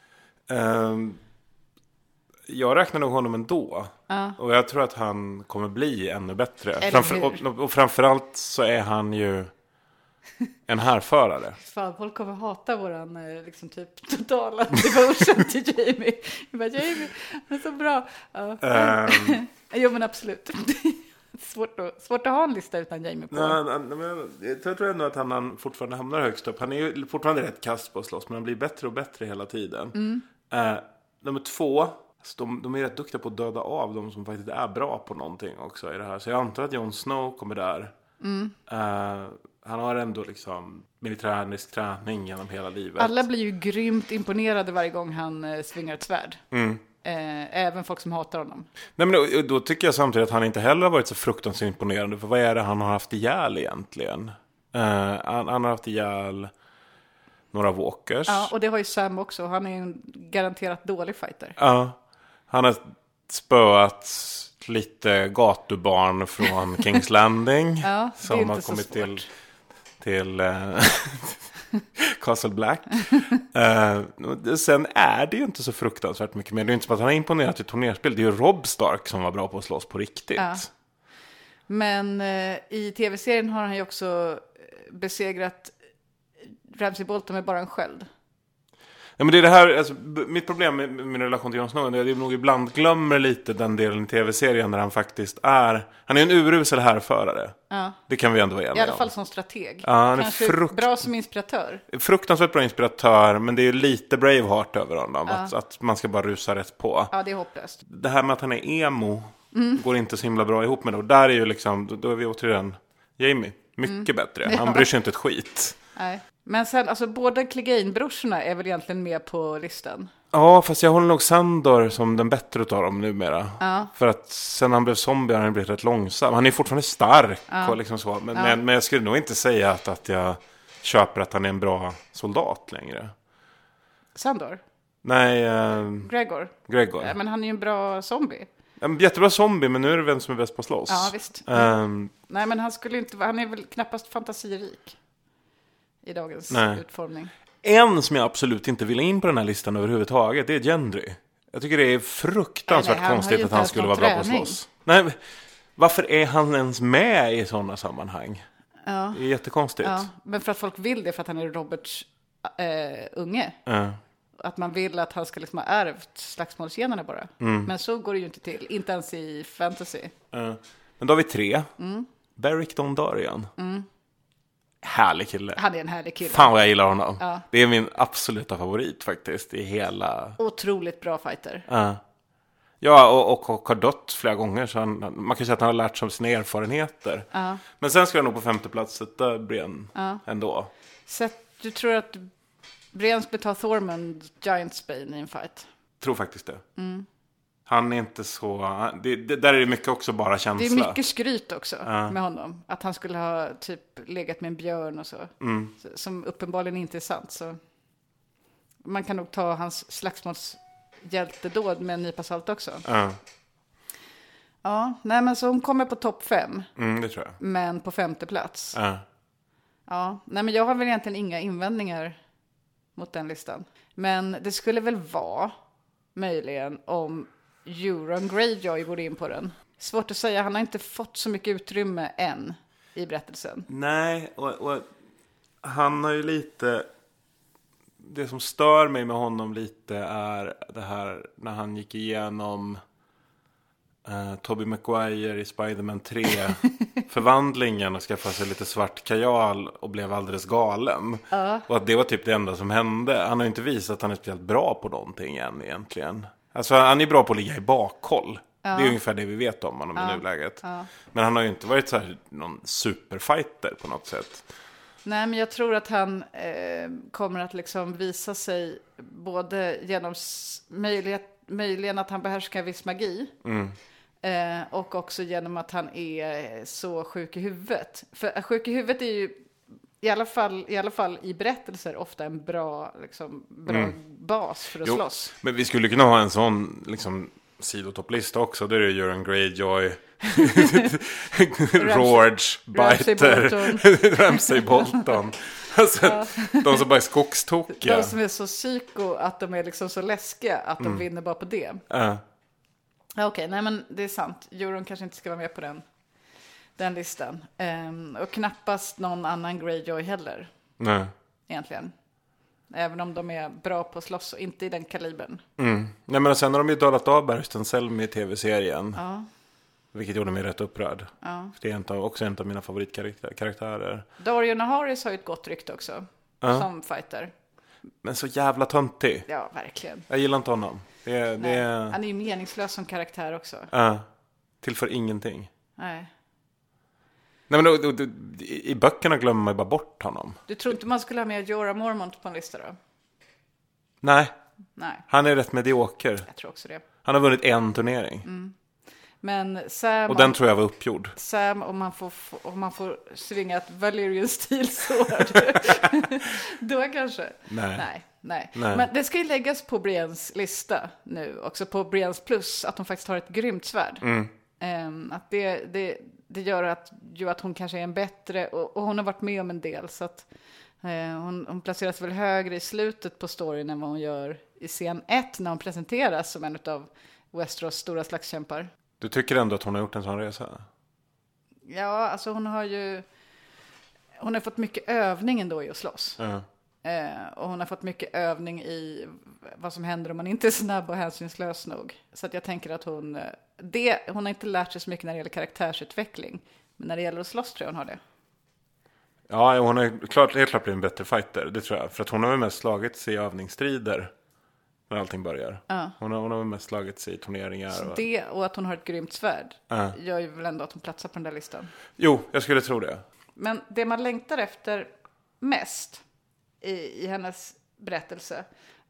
Jag räknar nog honom ändå. Och jag tror att han kommer bli ännu bättre. Och framförallt så är han ju en härförare. Fan, folk kommer hata våran liksom typ totala devotion till Jaime. Jag bara, Jaime, han är så bra. Jo, men absolut. Svårt att ha en lista utan Jaime på. Jag tror ändå att han fortfarande hamnar högst upp. Han är ju fortfarande rätt kast på att slåss, men han blir bättre och bättre hela tiden. Nummer 2, de är rätt duktiga på att döda av de som faktiskt är bra på någonting också i det här. Så jag antar att Jon Snow kommer där. Han har ändå liksom militärisk träning genom hela livet. Alla blir ju grymt imponerade varje gång han svingar ett svärd. Även folk som hatar honom. Nej, men då tycker jag samtidigt att han inte heller har varit så fruktansvärt imponerande. För vad är det han har haft ihjäl egentligen? Han har haft ihjäl några walkers. Ja, och det har ju Sam också. Han är en garanterat dålig fighter. Ja, han har spöat lite gatubarn från King's Landing. Ja, som har kommit till Castle Black. Sen är det ju inte så fruktansvärt mycket mer. Det är inte som att han har imponerat i turnerspel. Det är ju Robb Stark som var bra på att slåss på riktigt. Ja. Men i tv-serien har han ju också besegrat Ramsay Bolton med bara en sköld. Ja, men det är det här, alltså, mitt problem med min relation till Jon Snow, det är nog ibland glömmer lite den delen i tv-serien där han faktiskt är, han är en urusel härförare. Ja. Det kan vi ändå vara eniga om. I alla fall som strateg. Ja, han är kanske bra som inspiratör. Fruktansvärt bra inspiratör, men det är lite Braveheart över honom. Att man ska bara rusa rätt på. Ja, det är hopplöst. Det här med att han är emo går inte så himla bra ihop med det. Och där är ju liksom, då är vi återigen Jamie. Mycket bättre. Han bryr sig inte ett skit. Nej. Men sen, alltså båda Clegane-brorsorna är väl egentligen med på listan? Ja, fast jag håller nog Sandor som den bättre utav dem numera. Ja. För att sen han blev zombie har han blivit rätt långsam. Han är fortfarande stark och liksom så. Men jag skulle nog inte säga att jag köper att han är en bra soldat längre. Sandor? Nej, Gregor? Gregor. Ja, men han är ju en bra zombie. En jättebra zombie, men nu är det vem som är bäst på att slåss. Ja, visst. Nej, men han skulle inte han är väl knappast fantasirik i dagens utformning. En som jag absolut inte vill in på den här listan överhuvudtaget, det är Gendry. Jag tycker det är fruktansvärt konstigt att han skulle vara bra på att slåss. Nej, varför är han ens med i sådana sammanhang? Ja. Det är jättekonstigt. Ja, men för att folk vill det, för att han är Roberts unge. Ja. Att man vill att han ska liksom ha ärvt slagsmålsgenerna bara. Men så går det ju inte till. Inte ens i fantasy. Men då har vi 3. Beric Dondarrion. Härlig kille. Han är en härlig kille. Fan vad jag gillar honom. Ja. Det är min absoluta favorit faktiskt i hela... Otroligt bra fighter. Ja, och har dött flera gånger. Så man kan säga att han har lärt sig om sina erfarenheter. Men sen ska jag nog på 5:e plats sätta Brienne ändå. Så du tror att Brienne skulle ta Tormund Giantsbane i en fight? Tror faktiskt det. Han är inte så... där är det mycket också bara känsla. Det är mycket skryt också med honom. Att han skulle ha typ legat med en björn och så. Som uppenbarligen inte är sant. Så man kan nog ta hans slagsmålshjältedåd med en nypa salt också. Ja, nej men så hon kommer på topp 5. Det tror jag. Men på 5:e plats. Ja, nej men jag har väl egentligen inga invändningar mot den listan. Men det skulle väl vara möjligen om Euron Greyjoy går in på den. Svårt att säga, han har inte fått så mycket utrymme än i berättelsen. Nej, och han har ju lite... Det som stör mig med honom lite är det här när han gick igenom Tobey Maguire i Spider-Man 3 förvandlingen och skaffade sig lite svart kajal och blev alldeles galen. Och att det var typ det enda som hände. Han har ju inte visat att han är speciellt bra på någonting än egentligen. Alltså han är bra på att ligga i bakhåll. Det är ungefär det vi vet om honom i nuläget. Men han har ju inte varit så här någon superfighter på något sätt. Nej, men jag tror att han kommer att liksom visa sig både genom möjligen att han behärskar viss magi. Och också genom att han är så sjuk i huvudet. För sjuk i huvudet är ju i alla fall i berättelser ofta en bra bas för att slåss. Men vi skulle kunna ha en sån liksom sidotopplista också. Där är det Euron Greyjoy, Rouge, Biter, Ramsay Bolton. Alltså, de som bara är skogstokiga. De som är så psyko att de är liksom så läskiga att de vinner bara på det. Okej, nej men det är sant. Euron kanske inte ska vara med på den listan. Och knappast någon annan Greyjoy heller. Nej. Egentligen. Även om de är bra på att slåss och inte i den kalibern. Nej, men sen har de ju dalat av Barristan Selmy i tv-serien. Vilket gjorde mig rätt upprörd. För det är också en av mina favoritkaraktärer. Dorian Harris har ju ett gott rykte också. Som fighter. Men så jävla töntig. Ja, verkligen. Jag gillar inte honom. Han är ju meningslös som karaktär också. Till för ingenting. Nej. Nej, men i böckerna glömmer man ju bara bort honom. Du tror inte man skulle ha med Jorah Mormont på en lista då? Nej. Nej. Han är rätt medioker. Jag tror också det. Han har vunnit en turnering. Men Sam... Och den tror jag var uppgjord. Sam, om man får svinga ett Valyrian Steel-sword. Då kanske. Nej. Men det ska ju läggas på Briennes lista nu. Också på Briennes plus. Att hon faktiskt har ett grymt svärd. Att det gör att hon kanske är en bättre... Och hon har varit med om en del. Så att hon placeras väl högre i slutet på storyn än vad hon gör i scen 1. När hon presenteras som en av Westeros stora slagskämpar. Du tycker ändå att hon har gjort en sån resa? Ja, alltså hon har fått mycket övning ändå i att slåss. Och hon har fått mycket övning i vad som händer om man inte är snabb och hänsynslös nog. Så att jag tänker att hon har inte lärt sig så mycket när det gäller karaktärsutveckling. Men när det gäller att slåss tror jag hon har det. Ja, hon har helt klart blivit en bättre fighter, det tror jag. För att hon har väl mest slagit sig i övningsstrider när allting börjar. Hon har väl mest slagit sig i turneringar. Så det och att hon har ett grymt svärd gör ju väl ändå att hon platsar på den där listan. Jo, jag skulle tro det. Men det man längtar efter mest i hennes berättelse,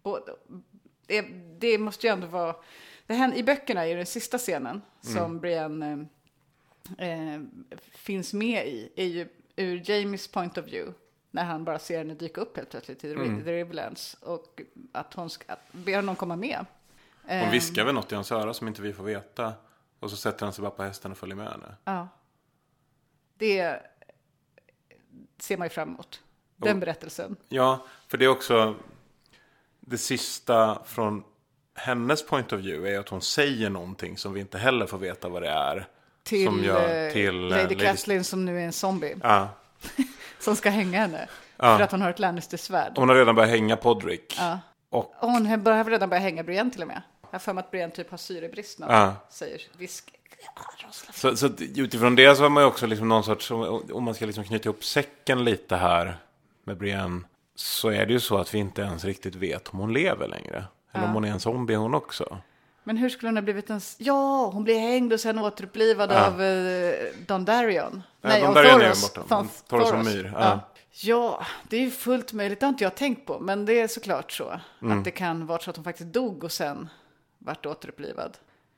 det måste ju ändå vara... I böckerna är den sista scenen som Brienne finns med i, är ju ur Jamies point of view, när han bara ser henne dyka upp helt plötsligt i The Riverlands, och att hon ber honom komma med. Hon viskar väl något i hans öra som inte vi får veta, och så sätter han sig bara på hästen och följer med henne. Ja. Det ser man ju fram emot. Den berättelsen. Ja, för det är också det sista från hennes point of view är att hon säger någonting som vi inte heller får veta vad det är. Till Lady Catelyn som nu är en zombie. Ja. Som ska hänga henne. För att hon har ett Lannister-svärd. Hon har redan börjat hänga Podrick. Ja. Och hon har redan börjat hänga Brienne till och med. Jag har för mig att Brienne typ har syrebrist nu. Säger visk. Så utifrån det så har man ju också liksom någon sorts, om man ska liksom knyta ihop säcken lite här med Brienne, så är det ju så att vi inte ens riktigt vet om hon lever längre. Eller om hon är en zombie hon också. Men hur skulle hon ha blivit Ja, hon blir hängd och sen återupplivad av Dondarrion. Nej, Dondarrion är borta. Thoros som myr. Ja, det är ju fullt möjligt. Det har inte jag tänkt på. Men det är såklart så. Att det kan vara så att hon faktiskt dog och sen vart återupplivad.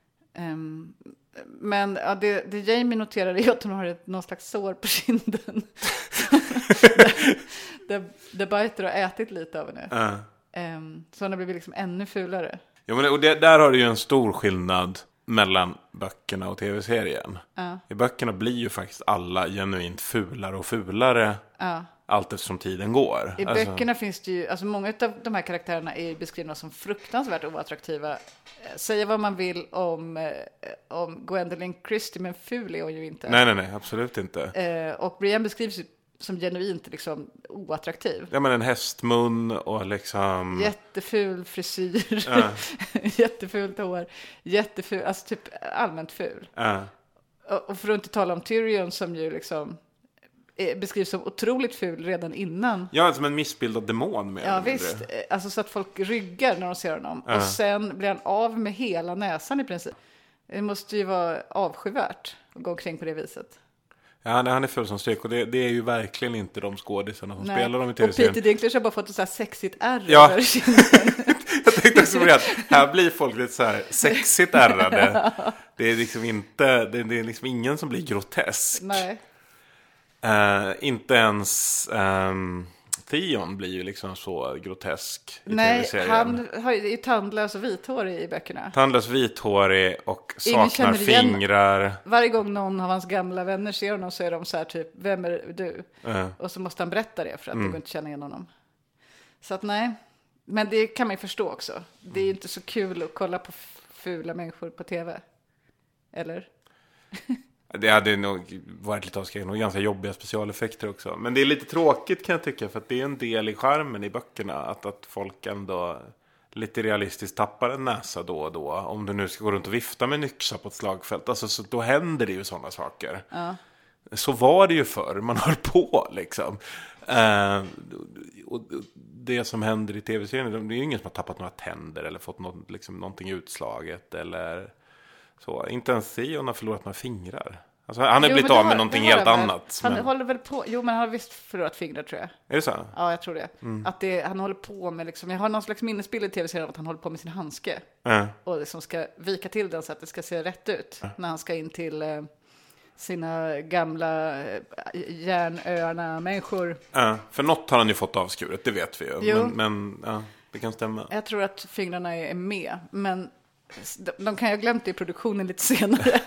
Men det Jamie noterar är att hon har någon slags sår på kinden. Det biter och ätit lite av henne. Så hon har blivit liksom ännu fulare. Ja, men och där har du ju en stor skillnad mellan böckerna och tv-serien. I böckerna blir ju faktiskt alla genuint fulare och fulare allt eftersom tiden går. I böckerna finns det ju, alltså många av de här karaktärerna är beskrivna som fruktansvärt oattraktiva. Säga vad man vill om Gwendolyn Christie, men ful är hon ju inte. Nej, absolut inte. Och Brienne beskrivs ju som genuint liksom oattraktiv. Ja, men en hästmun och liksom... Jätteful frisyr. Jättefult hår. Jätteful, alltså typ allmänt ful. Och för att inte tala om Tyrion som ju liksom beskrivs som otroligt ful redan innan. Ja, som en missbildad demon med. Ja, visst. Alltså så att folk ryggar när de ser honom. Och sen blir han av med hela näsan i princip. Det måste ju vara avskyvärt att gå omkring på det viset. Ja, han är full som stryk, och det är ju verkligen inte de skådisarna som spelar dem i tv-serien. Och Peter Dinklage har bara fått ett så här sexigt ärr över kinden. Jag tänkte också på det, här blir folk lite så här sexigt ärrade. Det är liksom inte, det är liksom ingen som blir grotesk. Nej. Inte ens Theon blir ju liksom så grotesk i tv-serien. Han är tandlös och vithårig i böckerna. Tandlös, vithårig och saknar fingrar. Varje gång någon av hans gamla vänner ser honom så är de så här typ, vem är du? Och så måste han berätta det för att det går inte att känna igen honom. Så att nej, men det kan man ju förstå också. Det är ju inte så kul att kolla på fula människor på tv. Eller? Det hade nog varit lite avskräckande och ganska jobbiga specialeffekter också. Men det är lite tråkigt kan jag tycka, för att det är en del i charmen i böckerna att folk ändå lite realistiskt tappar en näsa då och då. Om du nu ska gå runt och vifta med en yxa på ett slagfält, alltså, så då händer det ju sådana saker. Så var det ju förr, man höll på liksom. Och det som händer i tv-serien, det är ju ingen som har tappat några tänder eller fått någonting utslaget eller... Så, inte ens Theon har förlorat några fingrar. Alltså, han har blivit av med någonting helt annat. Han håller väl på... Jo, men han har visst förlorat fingrar, tror jag. Är det så? Ja, jag tror det. Att han håller på med... Liksom, jag har någon slags minnesbild i tv-serien av att han håller på med sin handske. Och liksom ska vika till den så att det ska se rätt ut. När han ska in till sina gamla järnöarna människor. För något har han ju fått avskuret, det vet vi ju. Men det kan stämma. Jag tror att fingrarna är med, men... De kan ju ha glömt det i produktionen lite senare.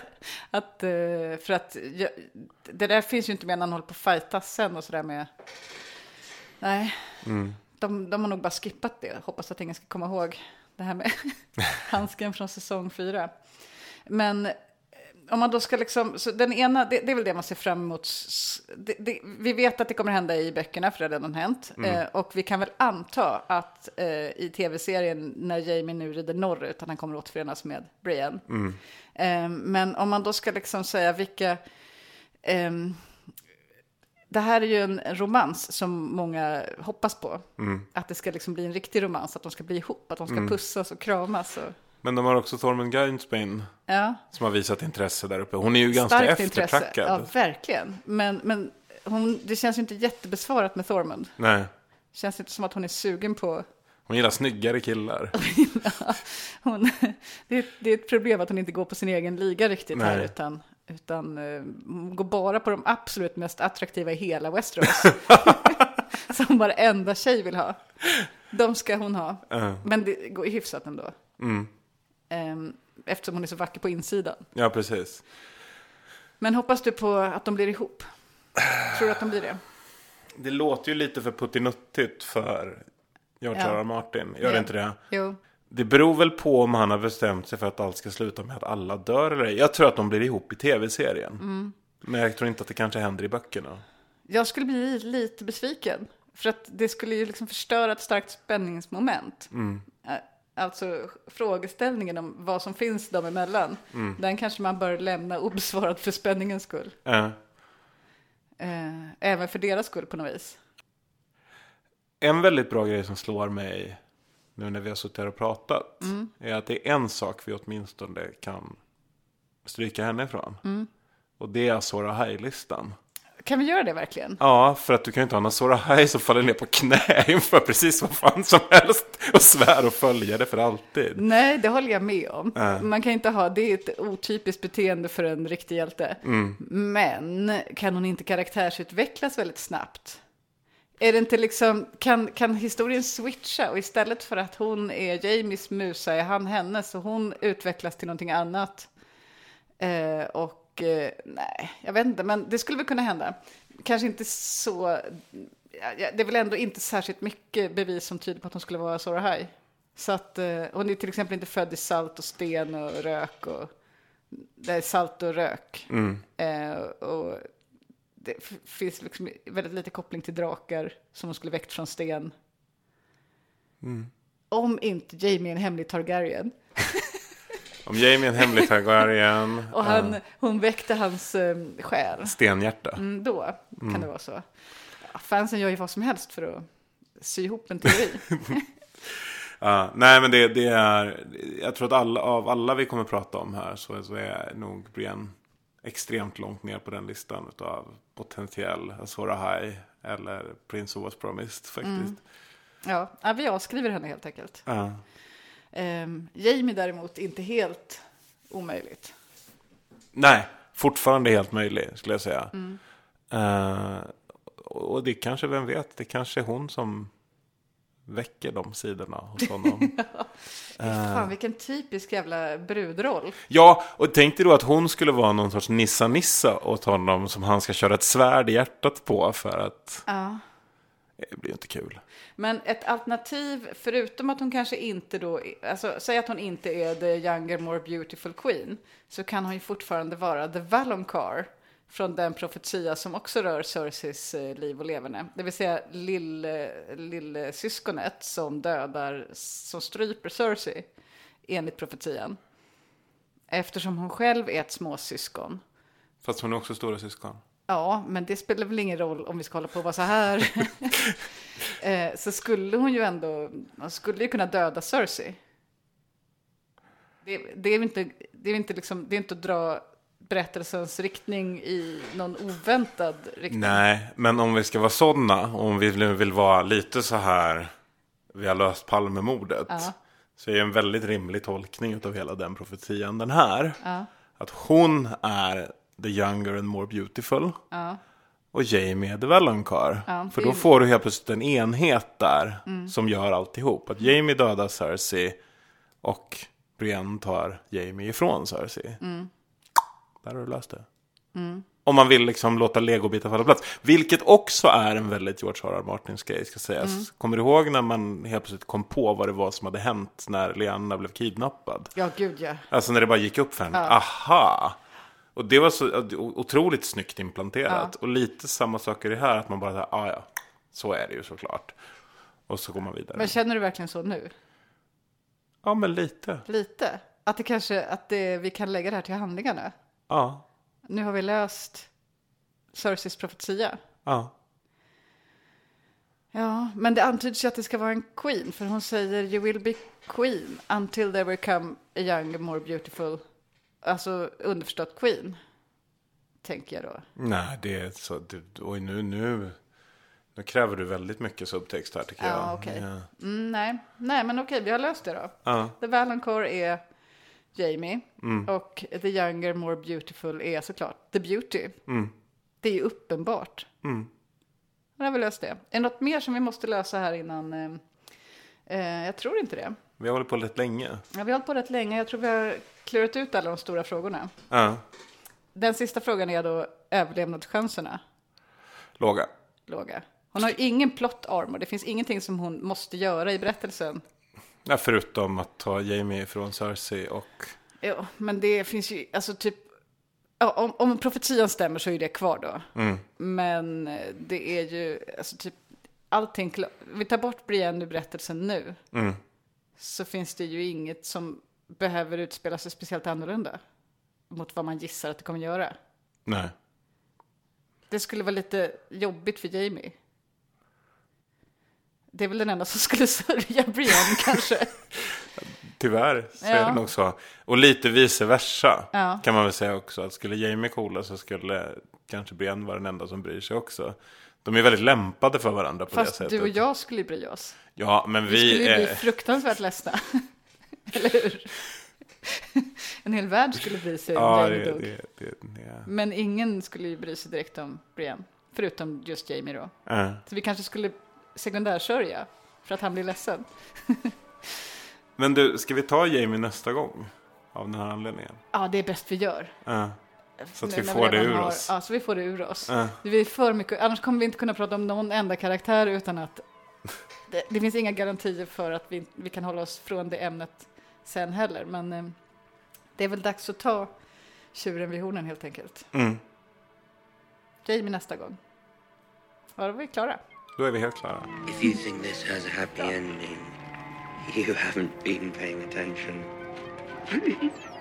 För att det där finns ju inte med när han håller på att fightas sen och sådär med. Nej, de har nog bara skippat det. Hoppas att ingen ska komma ihåg det här med handsken från säsong 4. Men om man då ska liksom, så den ena, det är väl det man ser fram emot. Vi vet att det kommer hända i böckerna, för det har redan hänt. Och vi kan väl anta att i tv-serien, när Jamie nu rider norrut, att han kommer återförenas med Brienne. Men om man då ska liksom säga vilka... det här är ju en romans som många hoppas på. Att det ska liksom bli en riktig romans, att de ska bli ihop, att de ska pussas och kramas. Men de har också Tormund Gainsbane som har visat intresse där uppe. Hon är ju starkt ganska eftertrackad. Ja, verkligen. Men det känns ju inte jättebesvarat med Tormund. Nej. Det känns inte som att hon är sugen på... Hon gillar snyggare killar. Det är ett problem att hon inte går på sin egen liga riktigt här, utan går bara på de absolut mest attraktiva i hela Westeros. Som bara enda tjej vill ha. De ska hon ha. Men det går hyfsat ändå. Eftersom hon är så vacker på insidan. Ja, precis. Men hoppas du på att de blir ihop? Tror du att de blir det? Det låter ju lite för puttinuttigt för George R.R. Martin. Gör det inte det? Jo. Det beror väl på om han har bestämt sig för att allt ska sluta med att alla dör eller ej. Jag tror att de blir ihop i tv-serien. Men jag tror inte att det kanske händer i böckerna. Jag skulle bli lite besviken. För att det skulle ju liksom förstöra ett starkt spänningsmoment. Alltså frågeställningen om vad som finns dem emellan. Den kanske man bör lämna obesvarad för spänningens skull. Även för deras skull på något vis. En väldigt bra grej som slår mig nu när vi har suttit här och pratat är att det är en sak vi åtminstone kan stryka henne ifrån. Och det är Azor Ahai-listan. Kan vi göra det verkligen? Ja, för att du kan ju inte ha en Azor Ahai som faller ner på knä inför precis vad fan som helst och svär och följer det för alltid. Nej, det håller jag med om. Man kan inte ha, det är ett otypiskt beteende för en riktig hjälte. Men kan hon inte karaktärsutvecklas väldigt snabbt? Är det inte liksom, kan historien switcha och istället för att hon är Jamies musa är han hennes och hon utvecklas till någonting annat? Nej, jag vet inte, men det skulle väl kunna hända. Kanske inte så... Det är väl ändå inte särskilt mycket bevis som tyder på att hon skulle vara Azor Ahai. Så att hon är till exempel inte född i salt och sten och rök. Och, det är salt och rök. Och det finns liksom väldigt lite koppling till drakar som hon skulle väckt från sten. Om inte Jamie är en hemlig Targaryen. Om Jamie är en hemlig Targaryen. Och hon väckte hans själ. Stenhjärta. Då kan det vara så. Ja, fansen gör ju vad som helst för att sy ihop en teori. Nej, men det är... Jag tror att av alla vi kommer att prata om här så är nog Brienne extremt långt ner på den listan av potentiell Azor Ahai eller Prince Who Was Promised faktiskt. Ja, vi avskriver henne helt enkelt. Jamie däremot inte helt omöjligt. Nej, fortfarande helt möjlig skulle jag säga. Och det kanske, vem vet, det kanske är hon som väcker de sidorna hos honom. Fan, vilken typisk jävla brudroll. Ja, och tänk dig då att hon skulle vara någon sorts nissa åt honom som han ska köra ett svärd i hjärtat på för att... Det blir inte kul. Men ett alternativ, förutom att hon kanske inte då... Alltså, säg att hon inte är the younger, more beautiful queen. Så kan hon ju fortfarande vara the Valonqar. Från den profetia som också rör Cerseis liv och leverne. Det vill säga lillsyskonet som dödar, som stryper Cersei. Enligt profetian. Eftersom hon själv är ett småsyskon. Fast hon är också stora syskon. Ja, men det spelar väl ingen roll om vi ska hålla på och vara så här. Så skulle hon ju ändå... Hon skulle ju kunna döda Cersei. Det är inte att dra berättelsens riktning i någon oväntad riktning. Nej, men om vi ska vara sådana, om vi vill vara lite så här, vi har löst Palmemordet, så är det en väldigt rimlig tolkning av hela den profetian den här. Att hon är the younger and more beautiful. Och Jamie är the Valonqar. För då får du helt plötsligt en enhet där som gör alltihop. Att Jamie dödar Cersei och Brienne tar Jamie ifrån Cersei. Där har du löst det. Om man vill liksom låta legobitar falla plats. Vilket också är en väldigt George R.R. Martins grej, ska sägas. Kommer du ihåg när man helt plötsligt kom på vad det var som hade hänt när Lyanna blev kidnappad? Ja, gud ja. Alltså när det bara gick upp för henne. Aha! Och det var så otroligt snyggt implanterat. Och lite samma sak är det här, att man bara säger, ja, så är det ju såklart. Och så går man vidare. Men känner du verkligen så nu? Ja, men lite. Lite? Att det kanske, vi kan lägga det här till handlingarna? Ja. Nu har vi löst Cerseis profetia. Ja. Ja, men det antyds ju att det ska vara en queen. För hon säger, you will be queen until there will come a young, more beautiful. Alltså underförstått queen. Tänker jag då. Nej, det är så. Oj, nu kräver du väldigt mycket subtext här, tycker jag. Ja, okej. Ja. Nej, men okej, vi har löst det då. Ja. The Valancourt är Jaime. Och the younger, more beautiful är såklart the beauty. Det är ju uppenbart. Nu har vi löst det. Är det något mer som vi måste lösa här innan? Jag tror inte det. Vi har hållit på rätt länge. Ja, vi har hållit på rätt länge. Jag tror vi har klurat ut alla de stora frågorna. Ja. Den sista frågan är då överlevnadschanserna. Låga. Hon har ju ingen plot armor. Det finns ingenting som hon måste göra i berättelsen. Ja, förutom att ta Jaime från Cersei och... Ja, men det finns ju, alltså typ... Ja, om profetian stämmer så är det kvar då. Men det är ju, alltså typ, allting... Vi tar bort Brienne ur berättelsen nu. Så finns det ju inget som behöver utspela sig speciellt annorlunda. Mot vad man gissar att det kommer göra. Nej. Det skulle vara lite jobbigt för Jaime. Det är väl den enda som skulle sörja Brienne kanske. Tyvärr så är det nog så. Och lite vice versa kan man väl säga också. Att skulle Jaime coola så skulle kanske Brienne vara den enda som bryr sig också. De är väldigt lämpade för varandra på det sättet. Fast du och jag skulle bry oss. Ja, men vi skulle bli fruktansvärt ledsna. Eller hur? En hel värld skulle bry sig om Jaime dog. Men ingen skulle ju bry sig direkt om Brienne. Förutom just Jaime då. Så vi kanske skulle sekundärsörja för att han blir ledsen. Men du, ska vi ta Jaime nästa gång? Av den här anledningen? Ja, det är bäst vi gör. Så att vi får det ur oss. Ja, så vi får det ur oss. Det är för mycket, annars kommer vi inte kunna prata om någon enda karaktär utan att... Det finns inga garantier för att vi kan hålla oss från det ämnet sen heller. Men det är väl dags att ta tjuren vid hornen helt enkelt. Jaime nästa gång. Ja, då är vi klara. Då är vi helt klara. If you think this has a happy ending, you haven't been paying attention.